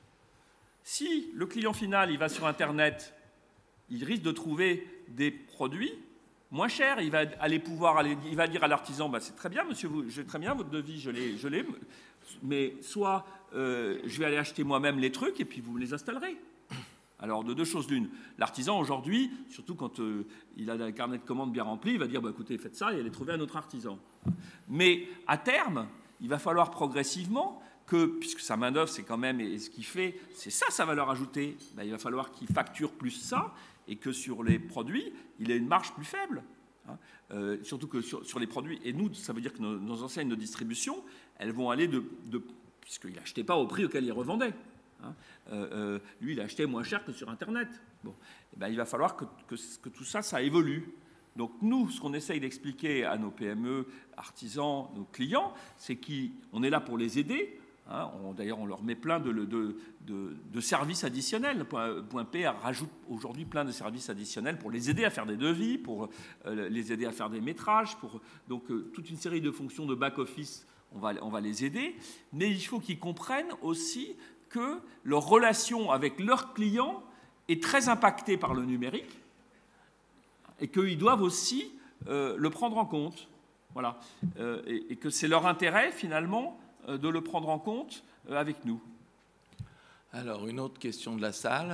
Si le client final il va sur Internet, il risque de trouver des produits moins chers. Il va aller pouvoir aller, il va dire à l'artisan, bah, c'est très bien, monsieur, vous, j'ai très bien votre devis, je l'ai, je l'ai, mais soit euh, je vais aller acheter moi-même les trucs et puis vous me les installerez. Alors, de deux choses l'une. L'artisan, aujourd'hui, surtout quand euh, il a un carnet de commandes bien rempli, il va dire bah, « écoutez, faites ça et allez trouver un autre artisan ». Mais à terme, il va falloir progressivement que, puisque sa main-d'œuvre, c'est quand même, et ce qu'il fait, c'est ça sa valeur ajoutée, ben, il va falloir qu'il facture plus ça et que sur les produits, il ait une marge plus faible. Hein. Euh, surtout que sur, sur les produits, et nous, ça veut dire que nos, nos enseignes de distribution, elles vont aller de... de puisqu'il n'achetait pas au prix auquel il revendait. Hein. Euh, euh, lui, il achetait moins cher que sur Internet. Bon. Eh ben, il va falloir que, que, que tout ça, ça évolue. Donc nous, ce qu'on essaye d'expliquer à nos P M E, artisans, nos clients, c'est qu'on est là pour les aider. Hein, on, d'ailleurs, on leur met plein de, de, de, de services additionnels. Point, Point P rajoute aujourd'hui plein de services additionnels pour les aider à faire des devis, pour euh, les aider à faire des métrages, pour donc euh, toute une série de fonctions de back-office, on va, on va les aider. Mais il faut qu'ils comprennent aussi que leur relation avec leurs clients est très impactée par le numérique et qu'ils doivent aussi euh, le prendre en compte. Voilà. Euh, et, et que c'est leur intérêt, finalement, de le prendre en compte avec nous. Alors, une autre question de la salle.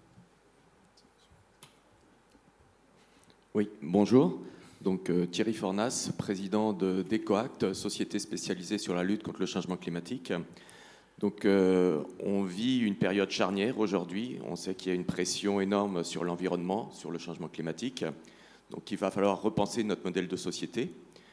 Oui, bonjour. Donc, euh, Thierry Fornas, président de d'EcoAct, société spécialisée sur la lutte contre le changement climatique. Donc, euh, on vit une période charnière aujourd'hui. On sait qu'il y a une pression énorme sur l'environnement, sur le changement climatique. Donc, il va falloir repenser notre modèle de société.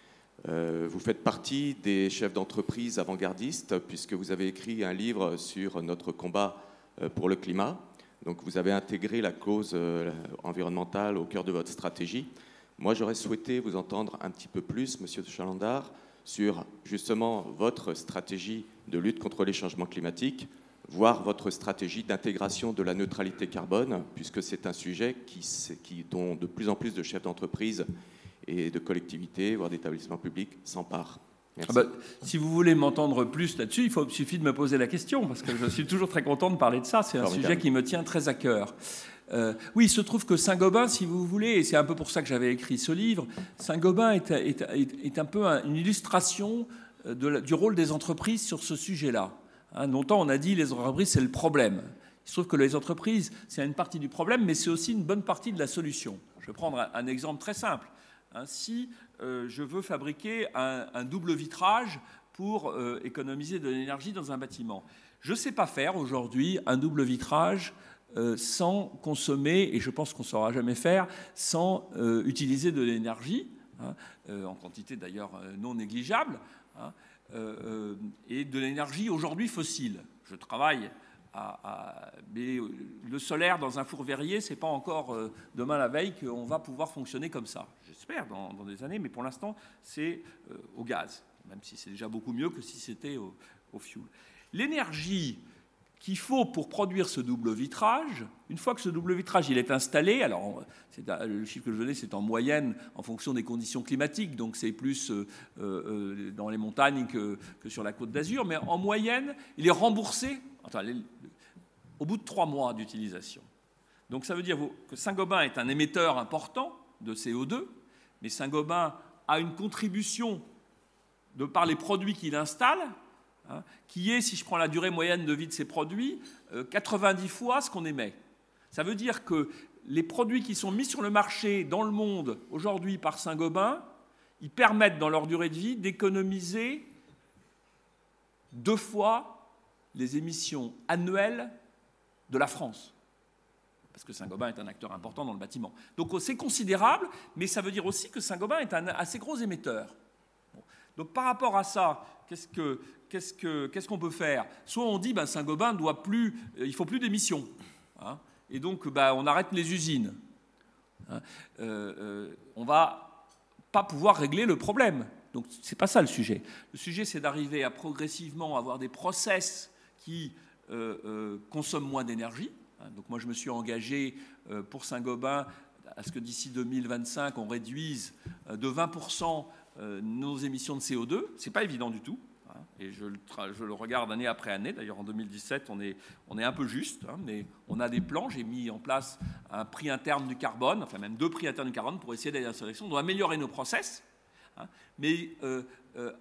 Euh, vous faites partie des chefs d'entreprise avant-gardistes puisque vous avez écrit un livre sur notre combat pour le climat. Donc vous avez intégré la cause euh, environnementale au cœur de votre stratégie. Moi, j'aurais souhaité vous entendre un petit peu plus, Monsieur de Chalandard, sur justement votre stratégie de lutte contre les changements climatiques, voire votre stratégie d'intégration de la neutralité carbone, puisque c'est un sujet qui, qui, dont de plus en plus de chefs d'entreprise et de collectivités, voire d'établissements publics, s'emparent. Merci. Ah bah, si vous voulez m'entendre plus là-dessus, il faut, suffit de me poser la question, parce que je suis toujours très content de parler de ça. C'est un Formidable. Sujet qui me tient très à cœur. Euh, oui, il se trouve que Saint-Gobain, si vous voulez, et c'est un peu pour ça que j'avais écrit ce livre, Saint-Gobain est, est, est, est un peu une illustration de la, du rôle des entreprises sur ce sujet-là. Hein, longtemps, on a dit les entreprises, c'est le problème. Il se trouve que les entreprises, c'est une partie du problème, mais c'est aussi une bonne partie de la solution. Je vais prendre un, un exemple très simple. Hein, si euh, je veux fabriquer un, un double vitrage pour euh, économiser de l'énergie dans un bâtiment, je ne sais pas faire aujourd'hui un double vitrage euh, sans consommer, et je pense qu'on ne saura jamais faire, sans euh, utiliser de l'énergie, hein, euh, en quantité d'ailleurs non négligeable, hein, euh, et de l'énergie aujourd'hui fossile. Je travaille À, à, mais le solaire dans un four verrier, ce n'est pas encore euh, demain la veille qu'on va pouvoir fonctionner comme ça. J'espère dans, dans des années, mais pour l'instant, c'est euh, au gaz, même si c'est déjà beaucoup mieux que si c'était au, au fioul. L'énergie qu'il faut pour produire ce double vitrage, une fois que ce double vitrage il est installé, alors c'est, le chiffre que je donnais, c'est en moyenne en fonction des conditions climatiques, donc c'est plus euh, euh, dans les montagnes que, que sur la Côte d'Azur, mais en moyenne, il est remboursé enfin, les, au bout de trois mois d'utilisation. Donc ça veut dire que Saint-Gobain est un émetteur important de C O deux, mais Saint-Gobain a une contribution de par les produits qu'il installe, hein, qui est, si je prends la durée moyenne de vie de ces produits, euh, quatre-vingt-dix fois ce qu'on émet. Ça veut dire que les produits qui sont mis sur le marché dans le monde aujourd'hui par Saint-Gobain, ils permettent dans leur durée de vie d'économiser deux fois les émissions annuelles de la France. Parce que Saint-Gobain est un acteur important dans le bâtiment. Donc c'est considérable, mais ça veut dire aussi que Saint-Gobain est un assez gros émetteur. Bon. Donc par rapport à ça, qu'est-ce, que, qu'est-ce, que, qu'est-ce qu'on peut faire ? Soit on dit ben, Saint-Gobain doit plus, euh, il ne faut plus d'émissions. Hein, et donc ben, on arrête les usines. Hein, euh, euh, on ne va pas pouvoir régler le problème. Donc ce n'est pas ça le sujet. Le sujet, c'est d'arriver à progressivement avoir des process qui euh, euh, consomment moins d'énergie. Donc moi, je me suis engagé euh, pour Saint-Gobain à ce que d'ici deux mille vingt-cinq, on réduise euh, de vingt pour cent euh, nos émissions de C O deux. Ce n'est pas évident du tout. Hein, et je le, tra- je le regarde année après année. D'ailleurs, en deux mille dix-sept, on est, on est un peu juste. Hein, mais on a des plans. J'ai mis en place un prix interne du carbone, enfin même deux prix internes du carbone pour essayer d'aller dans cette direction. On doit améliorer nos process. Hein, mais euh, euh,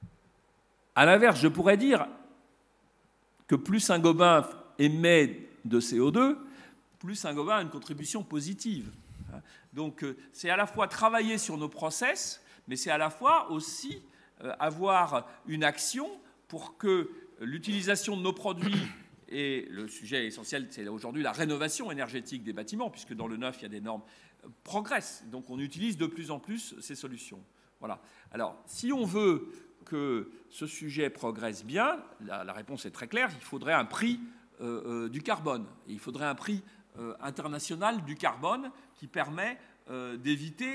à l'inverse, je pourrais dire que plus Saint-Gobain émet de C O deux, plus Saint-Gobain a une contribution positive. Donc c'est à la fois travailler sur nos process, mais c'est à la fois aussi avoir une action pour que l'utilisation de nos produits, et le sujet essentiel, c'est aujourd'hui la rénovation énergétique des bâtiments, puisque dans le neuf, il y a des normes, progresse. Donc on utilise de plus en plus ces solutions. Voilà. Alors, si on veut que ce sujet progresse bien, la, la réponse est très claire, il faudrait un prix Euh, euh, du carbone. Et il faudrait un prix euh, international du carbone qui permet euh, d'éviter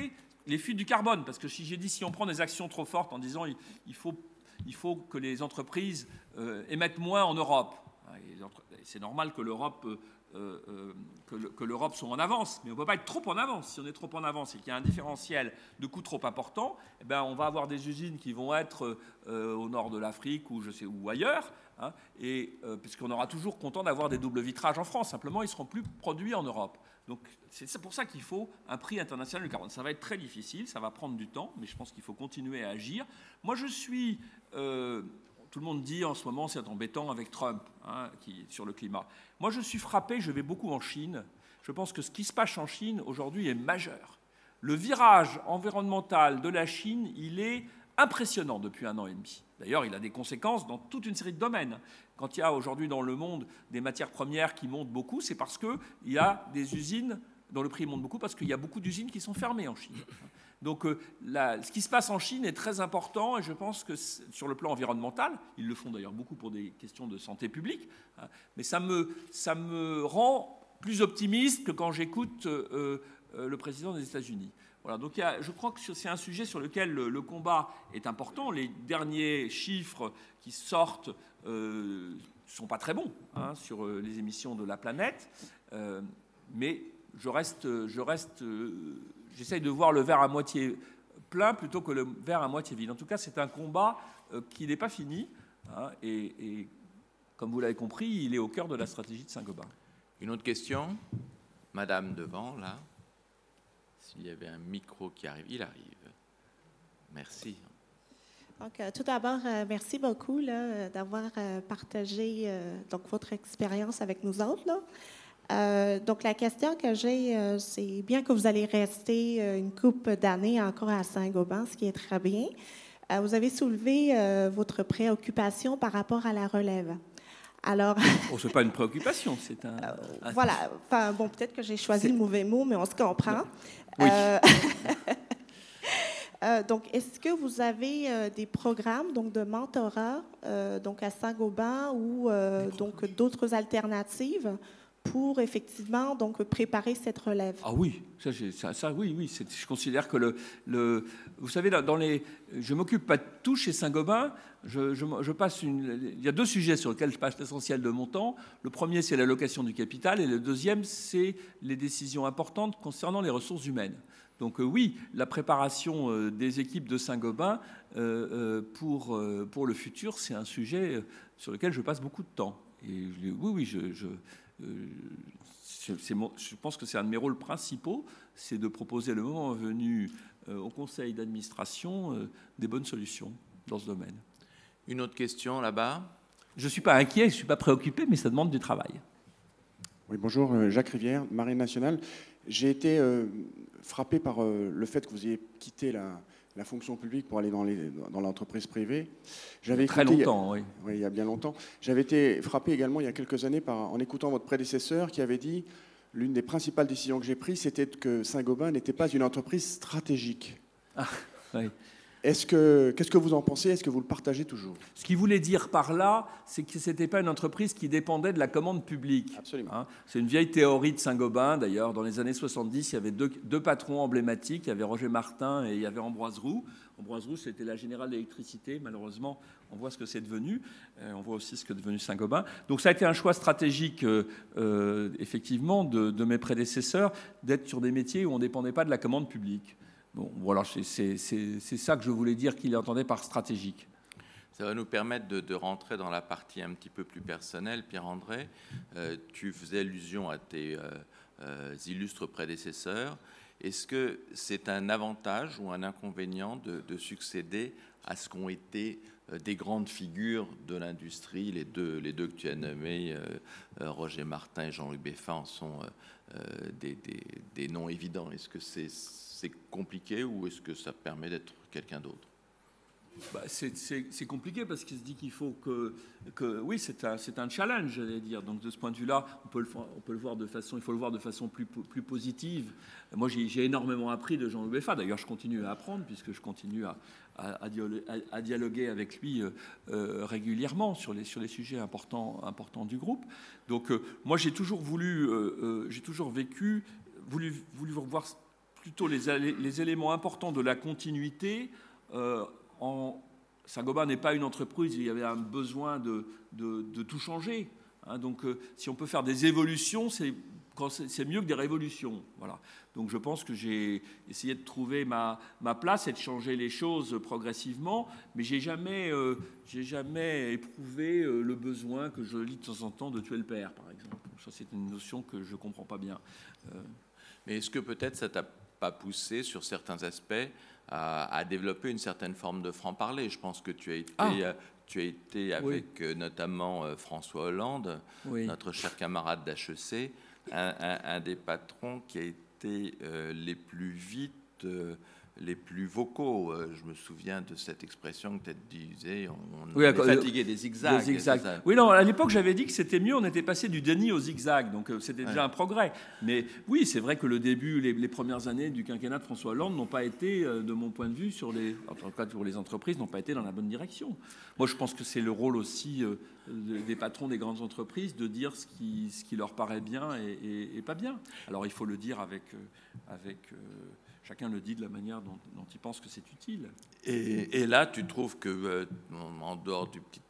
les fuites du carbone, parce que si j'ai dit si on prend des actions trop fortes en disant il, il, faut, il faut que les entreprises euh, émettent moins en Europe, c'est normal que l'Europe euh, euh, que, le, que l'Europe soit en avance, mais on ne peut pas être trop en avance. Si on est trop en avance et qu'il y a un différentiel de coûts trop important, eh ben, on va avoir des usines qui vont être euh, au nord de l'Afrique ou, je sais, ou ailleurs, hein, et, euh, puisqu'on aura toujours content d'avoir des doubles vitrages en France, simplement ils ne seront plus produits en Europe. Donc c'est pour ça qu'il faut un prix international du carbone. Ça va être très difficile, ça va prendre du temps, mais je pense qu'il faut continuer à agir. Moi je suis... Euh, tout le monde dit en ce moment c'est embêtant avec Trump, hein, qui, sur le climat. Moi je suis frappé, je vais beaucoup en Chine. Je pense que ce qui se passe en Chine aujourd'hui est majeur. Le virage environnemental de la Chine, il est impressionnant depuis un an et demi. D'ailleurs, il a des conséquences dans toute une série de domaines. Quand il y a aujourd'hui dans le monde des matières premières qui montent beaucoup, c'est parce qu'il y a des usines dont le prix monte beaucoup, parce qu'il y a beaucoup d'usines qui sont fermées en Chine. Donc euh, la, ce qui se passe en Chine est très important, et je pense que sur le plan environnemental, ils le font d'ailleurs beaucoup pour des questions de santé publique, hein, mais ça me, ça me rend plus optimiste que quand j'écoute euh, euh, le président des États-Unis. Voilà, donc il y a, je crois que c'est un sujet sur lequel le, le combat est important. Les derniers chiffres qui sortent ne euh, sont pas très bons, hein, sur euh, les émissions de la planète, euh, mais je reste, je reste, euh, j'essaye de voir le verre à moitié plein plutôt que le verre à moitié vide. En tout cas, c'est un combat euh, qui n'est pas fini, hein, et, et comme vous l'avez compris, il est au cœur de la stratégie de Saint-Gobain. Une autre question, Madame devant, là. S'il y avait un micro qui arrive, il arrive. Merci. Donc, euh, tout d'abord, euh, merci beaucoup là, d'avoir euh, partagé euh, donc, votre expérience avec nous autres, là. Euh, donc, la question que j'ai, euh, c'est bien que vous allez rester euh, une couple d'années encore à Saint-Gobain, ce qui est très bien. Euh, vous avez soulevé euh, votre préoccupation par rapport à la relève. Alors, oh, ce n'est pas une préoccupation, c'est un... euh, un... Voilà. Enfin, bon, peut-être que j'ai choisi le mauvais mot, mais on se comprend. Oui. Euh... euh, donc, est-ce que vous avez euh, des programmes donc, de mentorat euh, donc à Saint-Gobain ou euh, donc d'autres alternatives pour effectivement donc préparer cette relève? Ah oui, ça, ça, ça oui, oui. Je considère que le, le, vous savez, dans les, je m'occupe pas de tout chez Saint-Gobain. Je, je, je passe une, il y a deux sujets sur lesquels je passe l'essentiel de mon temps. Le premier, c'est l'allocation du capital, et le deuxième, c'est les décisions importantes concernant les ressources humaines. Donc euh, oui, la préparation euh, des équipes de Saint-Gobain euh, euh, pour euh, pour le futur, c'est un sujet sur lequel je passe beaucoup de temps. Et je, oui, oui, je, je Euh, c'est mon, je pense que c'est un de mes rôles principaux, c'est de proposer le moment venu euh, au conseil d'administration euh, des bonnes solutions dans ce domaine. Une autre question là-bas? Je ne suis pas inquiet, je ne suis pas préoccupé, mais ça demande du travail. Oui, bonjour, Jacques Rivière, Marine Nationale. J'ai été euh, frappé par euh, le fait que vous ayez quitté la, la fonction publique pour aller dans, les, dans l'entreprise privée. J'avais Très écouté, longtemps, il y a, oui. oui. Il y a bien longtemps. J'avais été frappé également il y a quelques années par, en écoutant votre prédécesseur qui avait dit « L'une des principales décisions que j'ai prises, c'était que Saint-Gobain n'était pas une entreprise stratégique. Ah, » oui. Est-ce que, qu'est-ce que vous en pensez? Est-ce que vous le partagez toujours? Ce qu'il voulait dire par là, c'est que ce n'était pas une entreprise qui dépendait de la commande publique. Absolument. Hein, c'est une vieille théorie de Saint-Gobain. D'ailleurs, dans les années soixante-dix, il y avait deux, deux patrons emblématiques. Il y avait Roger Martin et il y avait Ambroise Roux. Ambroise Roux, c'était la générale d'électricité. Malheureusement, on voit ce que c'est devenu. Euh, on voit aussi ce que est devenu Saint-Gobain. Donc ça a été un choix stratégique, euh, euh, effectivement, de, de mes prédécesseurs, d'être sur des métiers où on ne dépendait pas de la commande publique. Bon, voilà, c'est, c'est, c'est, c'est ça que je voulais dire qu'il entendait par stratégique. Ça va nous permettre de, de rentrer dans la partie un petit peu plus personnelle. Pierre-André, euh, tu faisais allusion à tes euh, euh, illustres prédécesseurs. Est-ce que c'est un avantage ou un inconvénient de, de succéder à ce qu'ont été euh, des grandes figures de l'industrie? Les deux, les deux que tu as nommés, euh, Roger Martin et Jean-Luc Beffin, en sont euh, des, des, des noms évidents. Est-ce que c'est... c'est compliqué ou est-ce que ça permet d'être quelqu'un d'autre? Bah, c'est, c'est, c'est compliqué parce qu'il se dit qu'il faut que, que oui, c'est un, c'est un challenge, j'allais dire. Donc de ce point de vue-là, on peut le, on peut le voir de façon, il faut le voir de façon plus, plus positive. Moi, j'ai, j'ai énormément appris de Jean-Louis Beffin. D'ailleurs, je continue à apprendre puisque je continue à, à, à dialoguer avec lui euh, euh, régulièrement sur les, sur les sujets importants, importants du groupe. Donc, euh, moi, j'ai toujours voulu, euh, euh, j'ai toujours vécu, voulu, voulu voir plutôt les, les éléments importants de la continuité. Euh, en, Saint-Gobain n'est pas une entreprise, il y avait un besoin de, de, de tout changer. Hein, donc, euh, si on peut faire des évolutions, c'est, c'est mieux que des révolutions. Voilà. Donc, je pense que j'ai essayé de trouver ma, ma place et de changer les choses progressivement, mais j'ai jamais, euh, j'ai jamais éprouvé euh, le besoin que je lis de temps en temps de tuer le père, par exemple. Ça, c'est une notion que je ne comprends pas bien. Euh, mais est-ce que peut-être ça t'a pas poussé sur certains aspects à, à développer une certaine forme de franc-parler? Je pense que tu as été, ah. tu as été avec oui. notamment François Hollande, oui. notre cher camarade d'H E C, un, un, un des patrons qui a été euh, les plus vite, euh, les plus vocaux. Euh, je me souviens de cette expression que tu disais, on, on oui, est fatigué euh, des zigzags. Des zigzags. Oui, non, à l'époque, j'avais dit que c'était mieux, on était passé du déni au zigzag, donc euh, c'était déjà ouais. un progrès. Mais oui, c'est vrai que le début, les, les premières années du quinquennat de François Hollande n'ont pas été, euh, de mon point de vue, sur les, en tout cas pour les entreprises, n'ont pas été dans la bonne direction. Moi, je pense que c'est le rôle aussi euh, des patrons des grandes entreprises de dire ce qui, ce qui leur paraît bien et, et, et pas bien. Alors, il faut le dire avec... Euh, avec euh, chacun le dit de la manière dont, dont il pense que c'est utile. Et, et là, tu trouves que, euh, en dehors du petit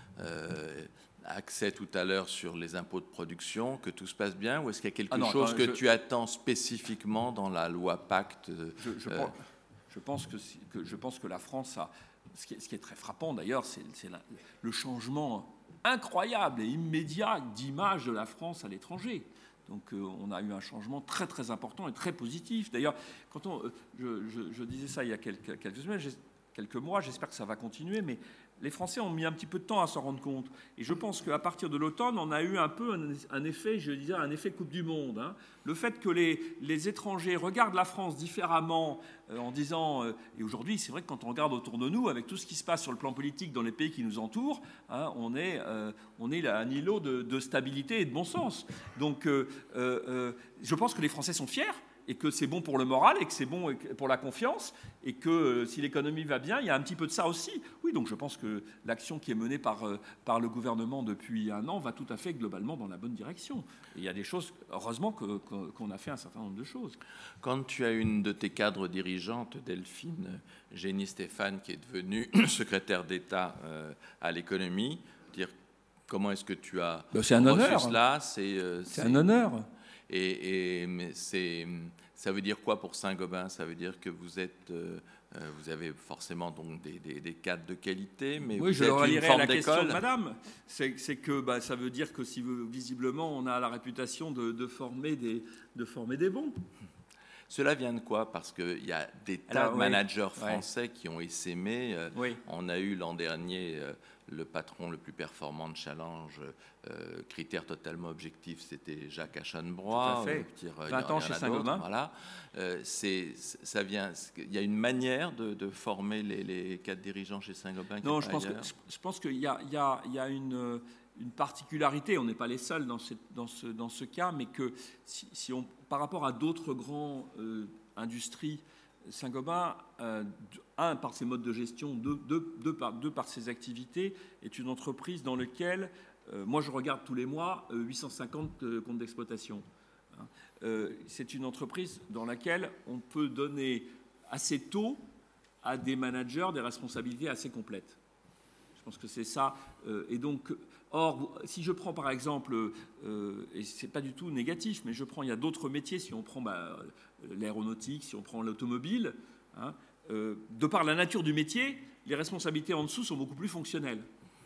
euh, accès tout à l'heure sur les impôts de production, que tout se passe bien, ou est-ce qu'il y a quelque ah non, chose attends, que je... tu attends spécifiquement dans la loi Pacte? je, je, euh... pense, je, pense que, que, je pense que la France a... Ce qui est, ce qui est très frappant, d'ailleurs, c'est, c'est la, le changement incroyable et immédiat d'image de la France à l'étranger. Donc euh, on a eu un changement très très important et très positif. D'ailleurs, quand on, euh, je, je, je disais ça il y a quelques, quelques semaines, quelques mois, j'espère que ça va continuer, mais les Français ont mis un petit peu de temps à s'en rendre compte. Et je pense qu'à partir de l'automne, on a eu un peu un, un effet, je disais, un effet Coupe du Monde. Hein. Le fait que les, les étrangers regardent la France différemment euh, en disant... Euh, et aujourd'hui, c'est vrai que quand on regarde autour de nous, avec tout ce qui se passe sur le plan politique dans les pays qui nous entourent, hein, on est, euh, on est à un îlot de, de stabilité et de bon sens. Donc, euh, euh, je pense que les Français sont fiers, et que c'est bon pour le moral, et que c'est bon pour la confiance, et que euh, si l'économie va bien, il y a un petit peu de ça aussi. Oui, donc je pense que l'action qui est menée par, euh, par le gouvernement depuis un an va tout à fait globalement dans la bonne direction. Et il y a des choses, heureusement que, que, qu'on a fait un certain nombre de choses. Quand tu as une de tes cadres dirigeantes, Delphine Génie-Stéphane, qui est devenue secrétaire d'État euh, à l'économie, dire comment est-ce que tu as ben, c'est un reçu honneur. cela c'est, euh, c'est, c'est un honneur. Et, et mais c'est, ça veut dire quoi pour Saint-Gobain? Ça veut dire que vous êtes, euh, vous avez forcément donc des, des, des cadres de qualité, mais oui, vous je êtes relirai une forme à la d'école. Question de Madame. C'est, c'est que bah, ça veut dire que si visiblement on a la réputation de, de former des, de former des bons. Cela vient de quoi? Parce qu'il y a des tas Alors, de managers oui, français ouais. qui ont essaimé. Oui. On a eu l'an dernier euh, le patron le plus performant de Challenge, euh, critère totalement objectif, c'était Jacques Achanbrois. Tout à fait. Dire, vingt ans chez Saint-Gobain. Voilà. Euh, c'est, ça vient. Il y a une manière de, de former les, les cadres dirigeants chez Saint-Gobain. Non, je pense, que, je pense qu'il y a, il y a, il y a une, une particularité. On n'est pas les seuls dans ce, dans ce, dans ce cas, mais que si, si on, par rapport à d'autres grands euh, industries, Saint-Gobain, euh, un, par ses modes de gestion, deux, deux, deux, par, deux, par ses activités, est une entreprise dans laquelle, euh, moi je regarde tous les mois, euh, huit cent cinquante euh, comptes d'exploitation. Hein. Euh, c'est une entreprise dans laquelle on peut donner assez tôt à des managers des responsabilités assez complètes. Je pense que c'est ça. Euh, et donc, or, si je prends par exemple, euh, et c'est pas du tout négatif, mais je prends, il y a d'autres métiers, si on prend bah, l'aéronautique, si on prend l'automobile, hein, euh, de par la nature du métier, les responsabilités en dessous sont beaucoup plus fonctionnelles.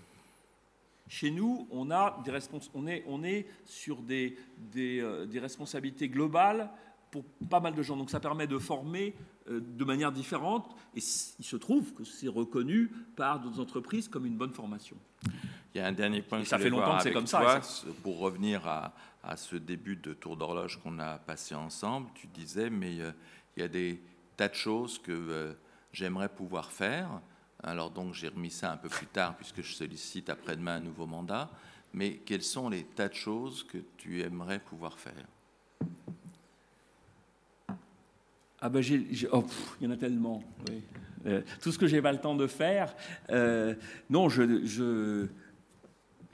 Chez nous, on, a des respons- on, est, on est sur des, des, euh, des responsabilités globales pour pas mal de gens. Donc ça permet de former euh, de manière différente, et il se trouve que c'est reconnu par d'autres entreprises comme une bonne formation. Il y a un dernier point et que ça je fait voulais longtemps voir que c'est avec comme toi, ça. Pour revenir à, à ce début de tour d'horloge qu'on a passé ensemble, tu disais, mais euh, il y a des tas de choses que euh, j'aimerais pouvoir faire. Alors donc j'ai remis ça un peu plus tard puisque je sollicite après-demain un nouveau mandat. Mais quelles sont les tas de choses que tu aimerais pouvoir faire? Ah ben j'ai, j'ai oh, pff, il y en a tellement. Oui. Euh, tout ce que j'ai pas le temps de faire. Euh, non, je, je, je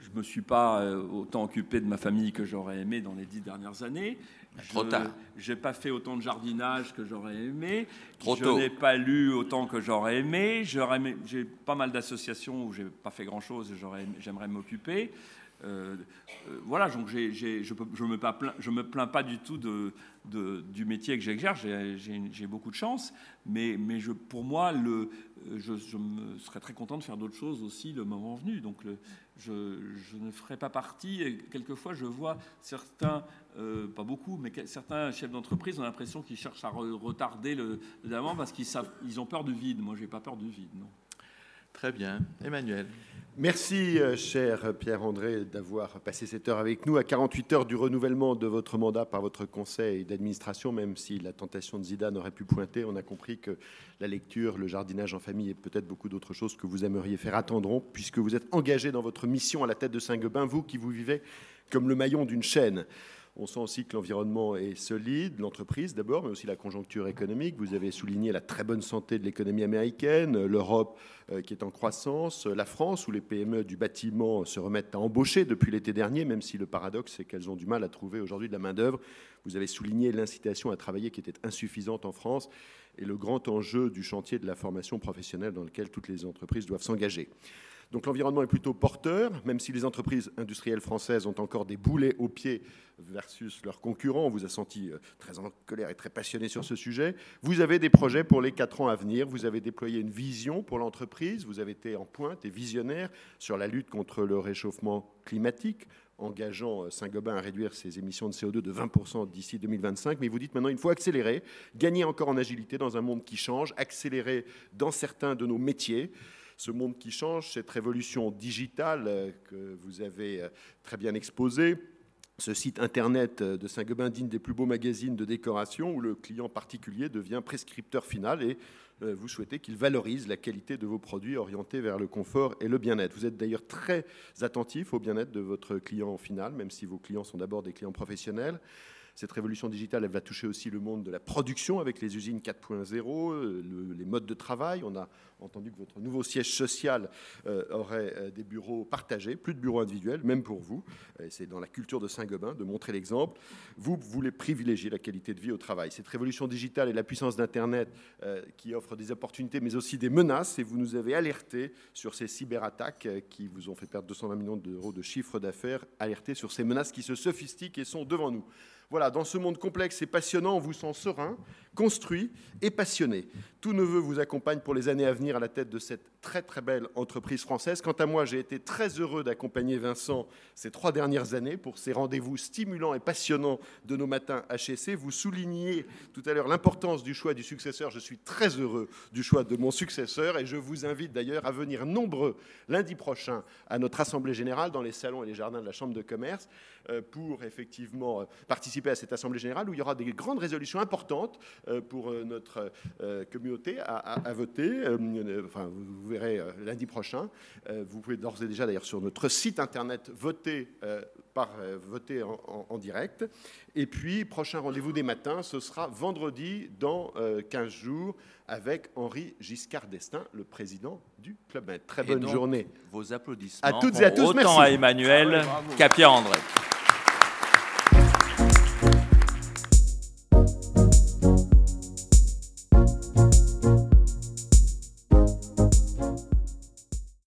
je ne me suis pas euh, autant occupé de ma famille que j'aurais aimé dans les dix dernières années. Trop tard. Je n'ai pas fait autant de jardinage que j'aurais aimé. Trop je tôt. n'ai pas lu autant que j'aurais aimé. J'aurais aimé- J'ai pas mal d'associations où je n'ai pas fait grand-chose et j'aurais aimé- j'aimerais m'occuper. Euh, euh, voilà, donc j'ai, j'ai, je ne me, pas plains- je me plains pas du tout de, de- du métier que j'exerce. J'ai, j'ai, j'ai beaucoup de chance, mais, mais je, pour moi, le, je, je me serais très content de faire d'autres choses aussi le moment venu. Donc le, je, je ne ferai pas partie. Et quelquefois, je vois certains, euh, pas beaucoup, mais que- certains chefs d'entreprise ont l'impression qu'ils cherchent à re- retarder le, le développement parce qu'ils savent, ils ont peur du vide. Moi, j'ai pas peur du vide, non. Très bien. Emmanuel. Merci, euh, cher Pierre-André, d'avoir passé cette heure avec nous. À quarante-huit heures du renouvellement de votre mandat par votre conseil d'administration, même si la tentation de Zidane aurait pu pointer, on a compris que la lecture, le jardinage en famille et peut-être beaucoup d'autres choses que vous aimeriez faire attendront, puisque vous êtes engagé dans votre mission à la tête de Saint-Gobain, vous qui vous vivez comme le maillon d'une chaîne. On sent aussi que l'environnement est solide, l'entreprise d'abord, mais aussi la conjoncture économique. Vous avez souligné la très bonne santé de l'économie américaine, l'Europe euh, qui est en croissance, la France où les P M E du bâtiment se remettent à embaucher depuis l'été dernier, même si le paradoxe c'est qu'elles ont du mal à trouver aujourd'hui de la main-d'œuvre. Vous avez souligné l'incitation à travailler qui était insuffisante en France et le grand enjeu du chantier de la formation professionnelle dans lequel toutes les entreprises doivent s'engager. Donc l'environnement est plutôt porteur, même si les entreprises industrielles françaises ont encore des boulets aux pieds versus leurs concurrents. On vous a senti très en colère et très passionné sur ce sujet. Vous avez des projets pour les quatre ans à venir. Vous avez déployé une vision pour l'entreprise. Vous avez été en pointe et visionnaire sur la lutte contre le réchauffement climatique, engageant Saint-Gobain à réduire ses émissions de C O deux de vingt pour cent d'ici deux mille vingt-cinq. Mais vous dites maintenant qu'il faut accélérer, gagner encore en agilité dans un monde qui change, accélérer dans certains de nos métiers. Ce monde qui change, cette révolution digitale que vous avez très bien exposée, ce site internet de Saint-Gobain digne des plus beaux magazines de décoration où le client particulier devient prescripteur final et vous souhaitez qu'il valorise la qualité de vos produits orientés vers le confort et le bien-être. Vous êtes d'ailleurs très attentif au bien-être de votre client final, même si vos clients sont d'abord des clients professionnels. Cette révolution digitale, elle va toucher aussi le monde de la production avec les usines quatre point zéro, le, les modes de travail. On a entendu que votre nouveau siège social euh, aurait euh, des bureaux partagés, plus de bureaux individuels, même pour vous. Et c'est dans la culture de Saint-Gobain de montrer l'exemple. Vous voulez privilégier la qualité de vie au travail. Cette révolution digitale et la puissance d'Internet euh, qui offre des opportunités, mais aussi des menaces. Et vous nous avez alerté sur ces cyberattaques euh, qui vous ont fait perdre deux cent vingt millions d'euros de chiffre d'affaires, alerté sur ces menaces qui se sophistiquent et sont devant nous. Voilà, dans ce monde complexe et passionnant, on vous sent serein, construit et passionné. Tout neveu vous accompagne pour les années à venir à la tête de cette très très belle entreprise française. Quant à moi, j'ai été très heureux d'accompagner Vincent ces trois dernières années pour ces rendez-vous stimulants et passionnants de nos matins H S C. Vous souligniez tout à l'heure l'importance du choix du successeur. Je suis très heureux du choix de mon successeur et je vous invite d'ailleurs à venir nombreux lundi prochain à notre Assemblée Générale dans les salons et les jardins de la Chambre de commerce pour effectivement participer à cette Assemblée Générale où il y aura des grandes résolutions importantes pour notre communauté à, à, à voter. Enfin, vous verrez lundi prochain. Vous pouvez d'ores et déjà, d'ailleurs, sur notre site internet, voter, par, voter en, en, en direct. Et puis, prochain rendez-vous des matins, ce sera vendredi dans quinze jours avec Henri Giscard d'Estaing, le président du Club Med. Très bonne donc, journée. Vos applaudissements à toutes et à tous. autant Merci. à Emmanuel qu'à Pierre-André.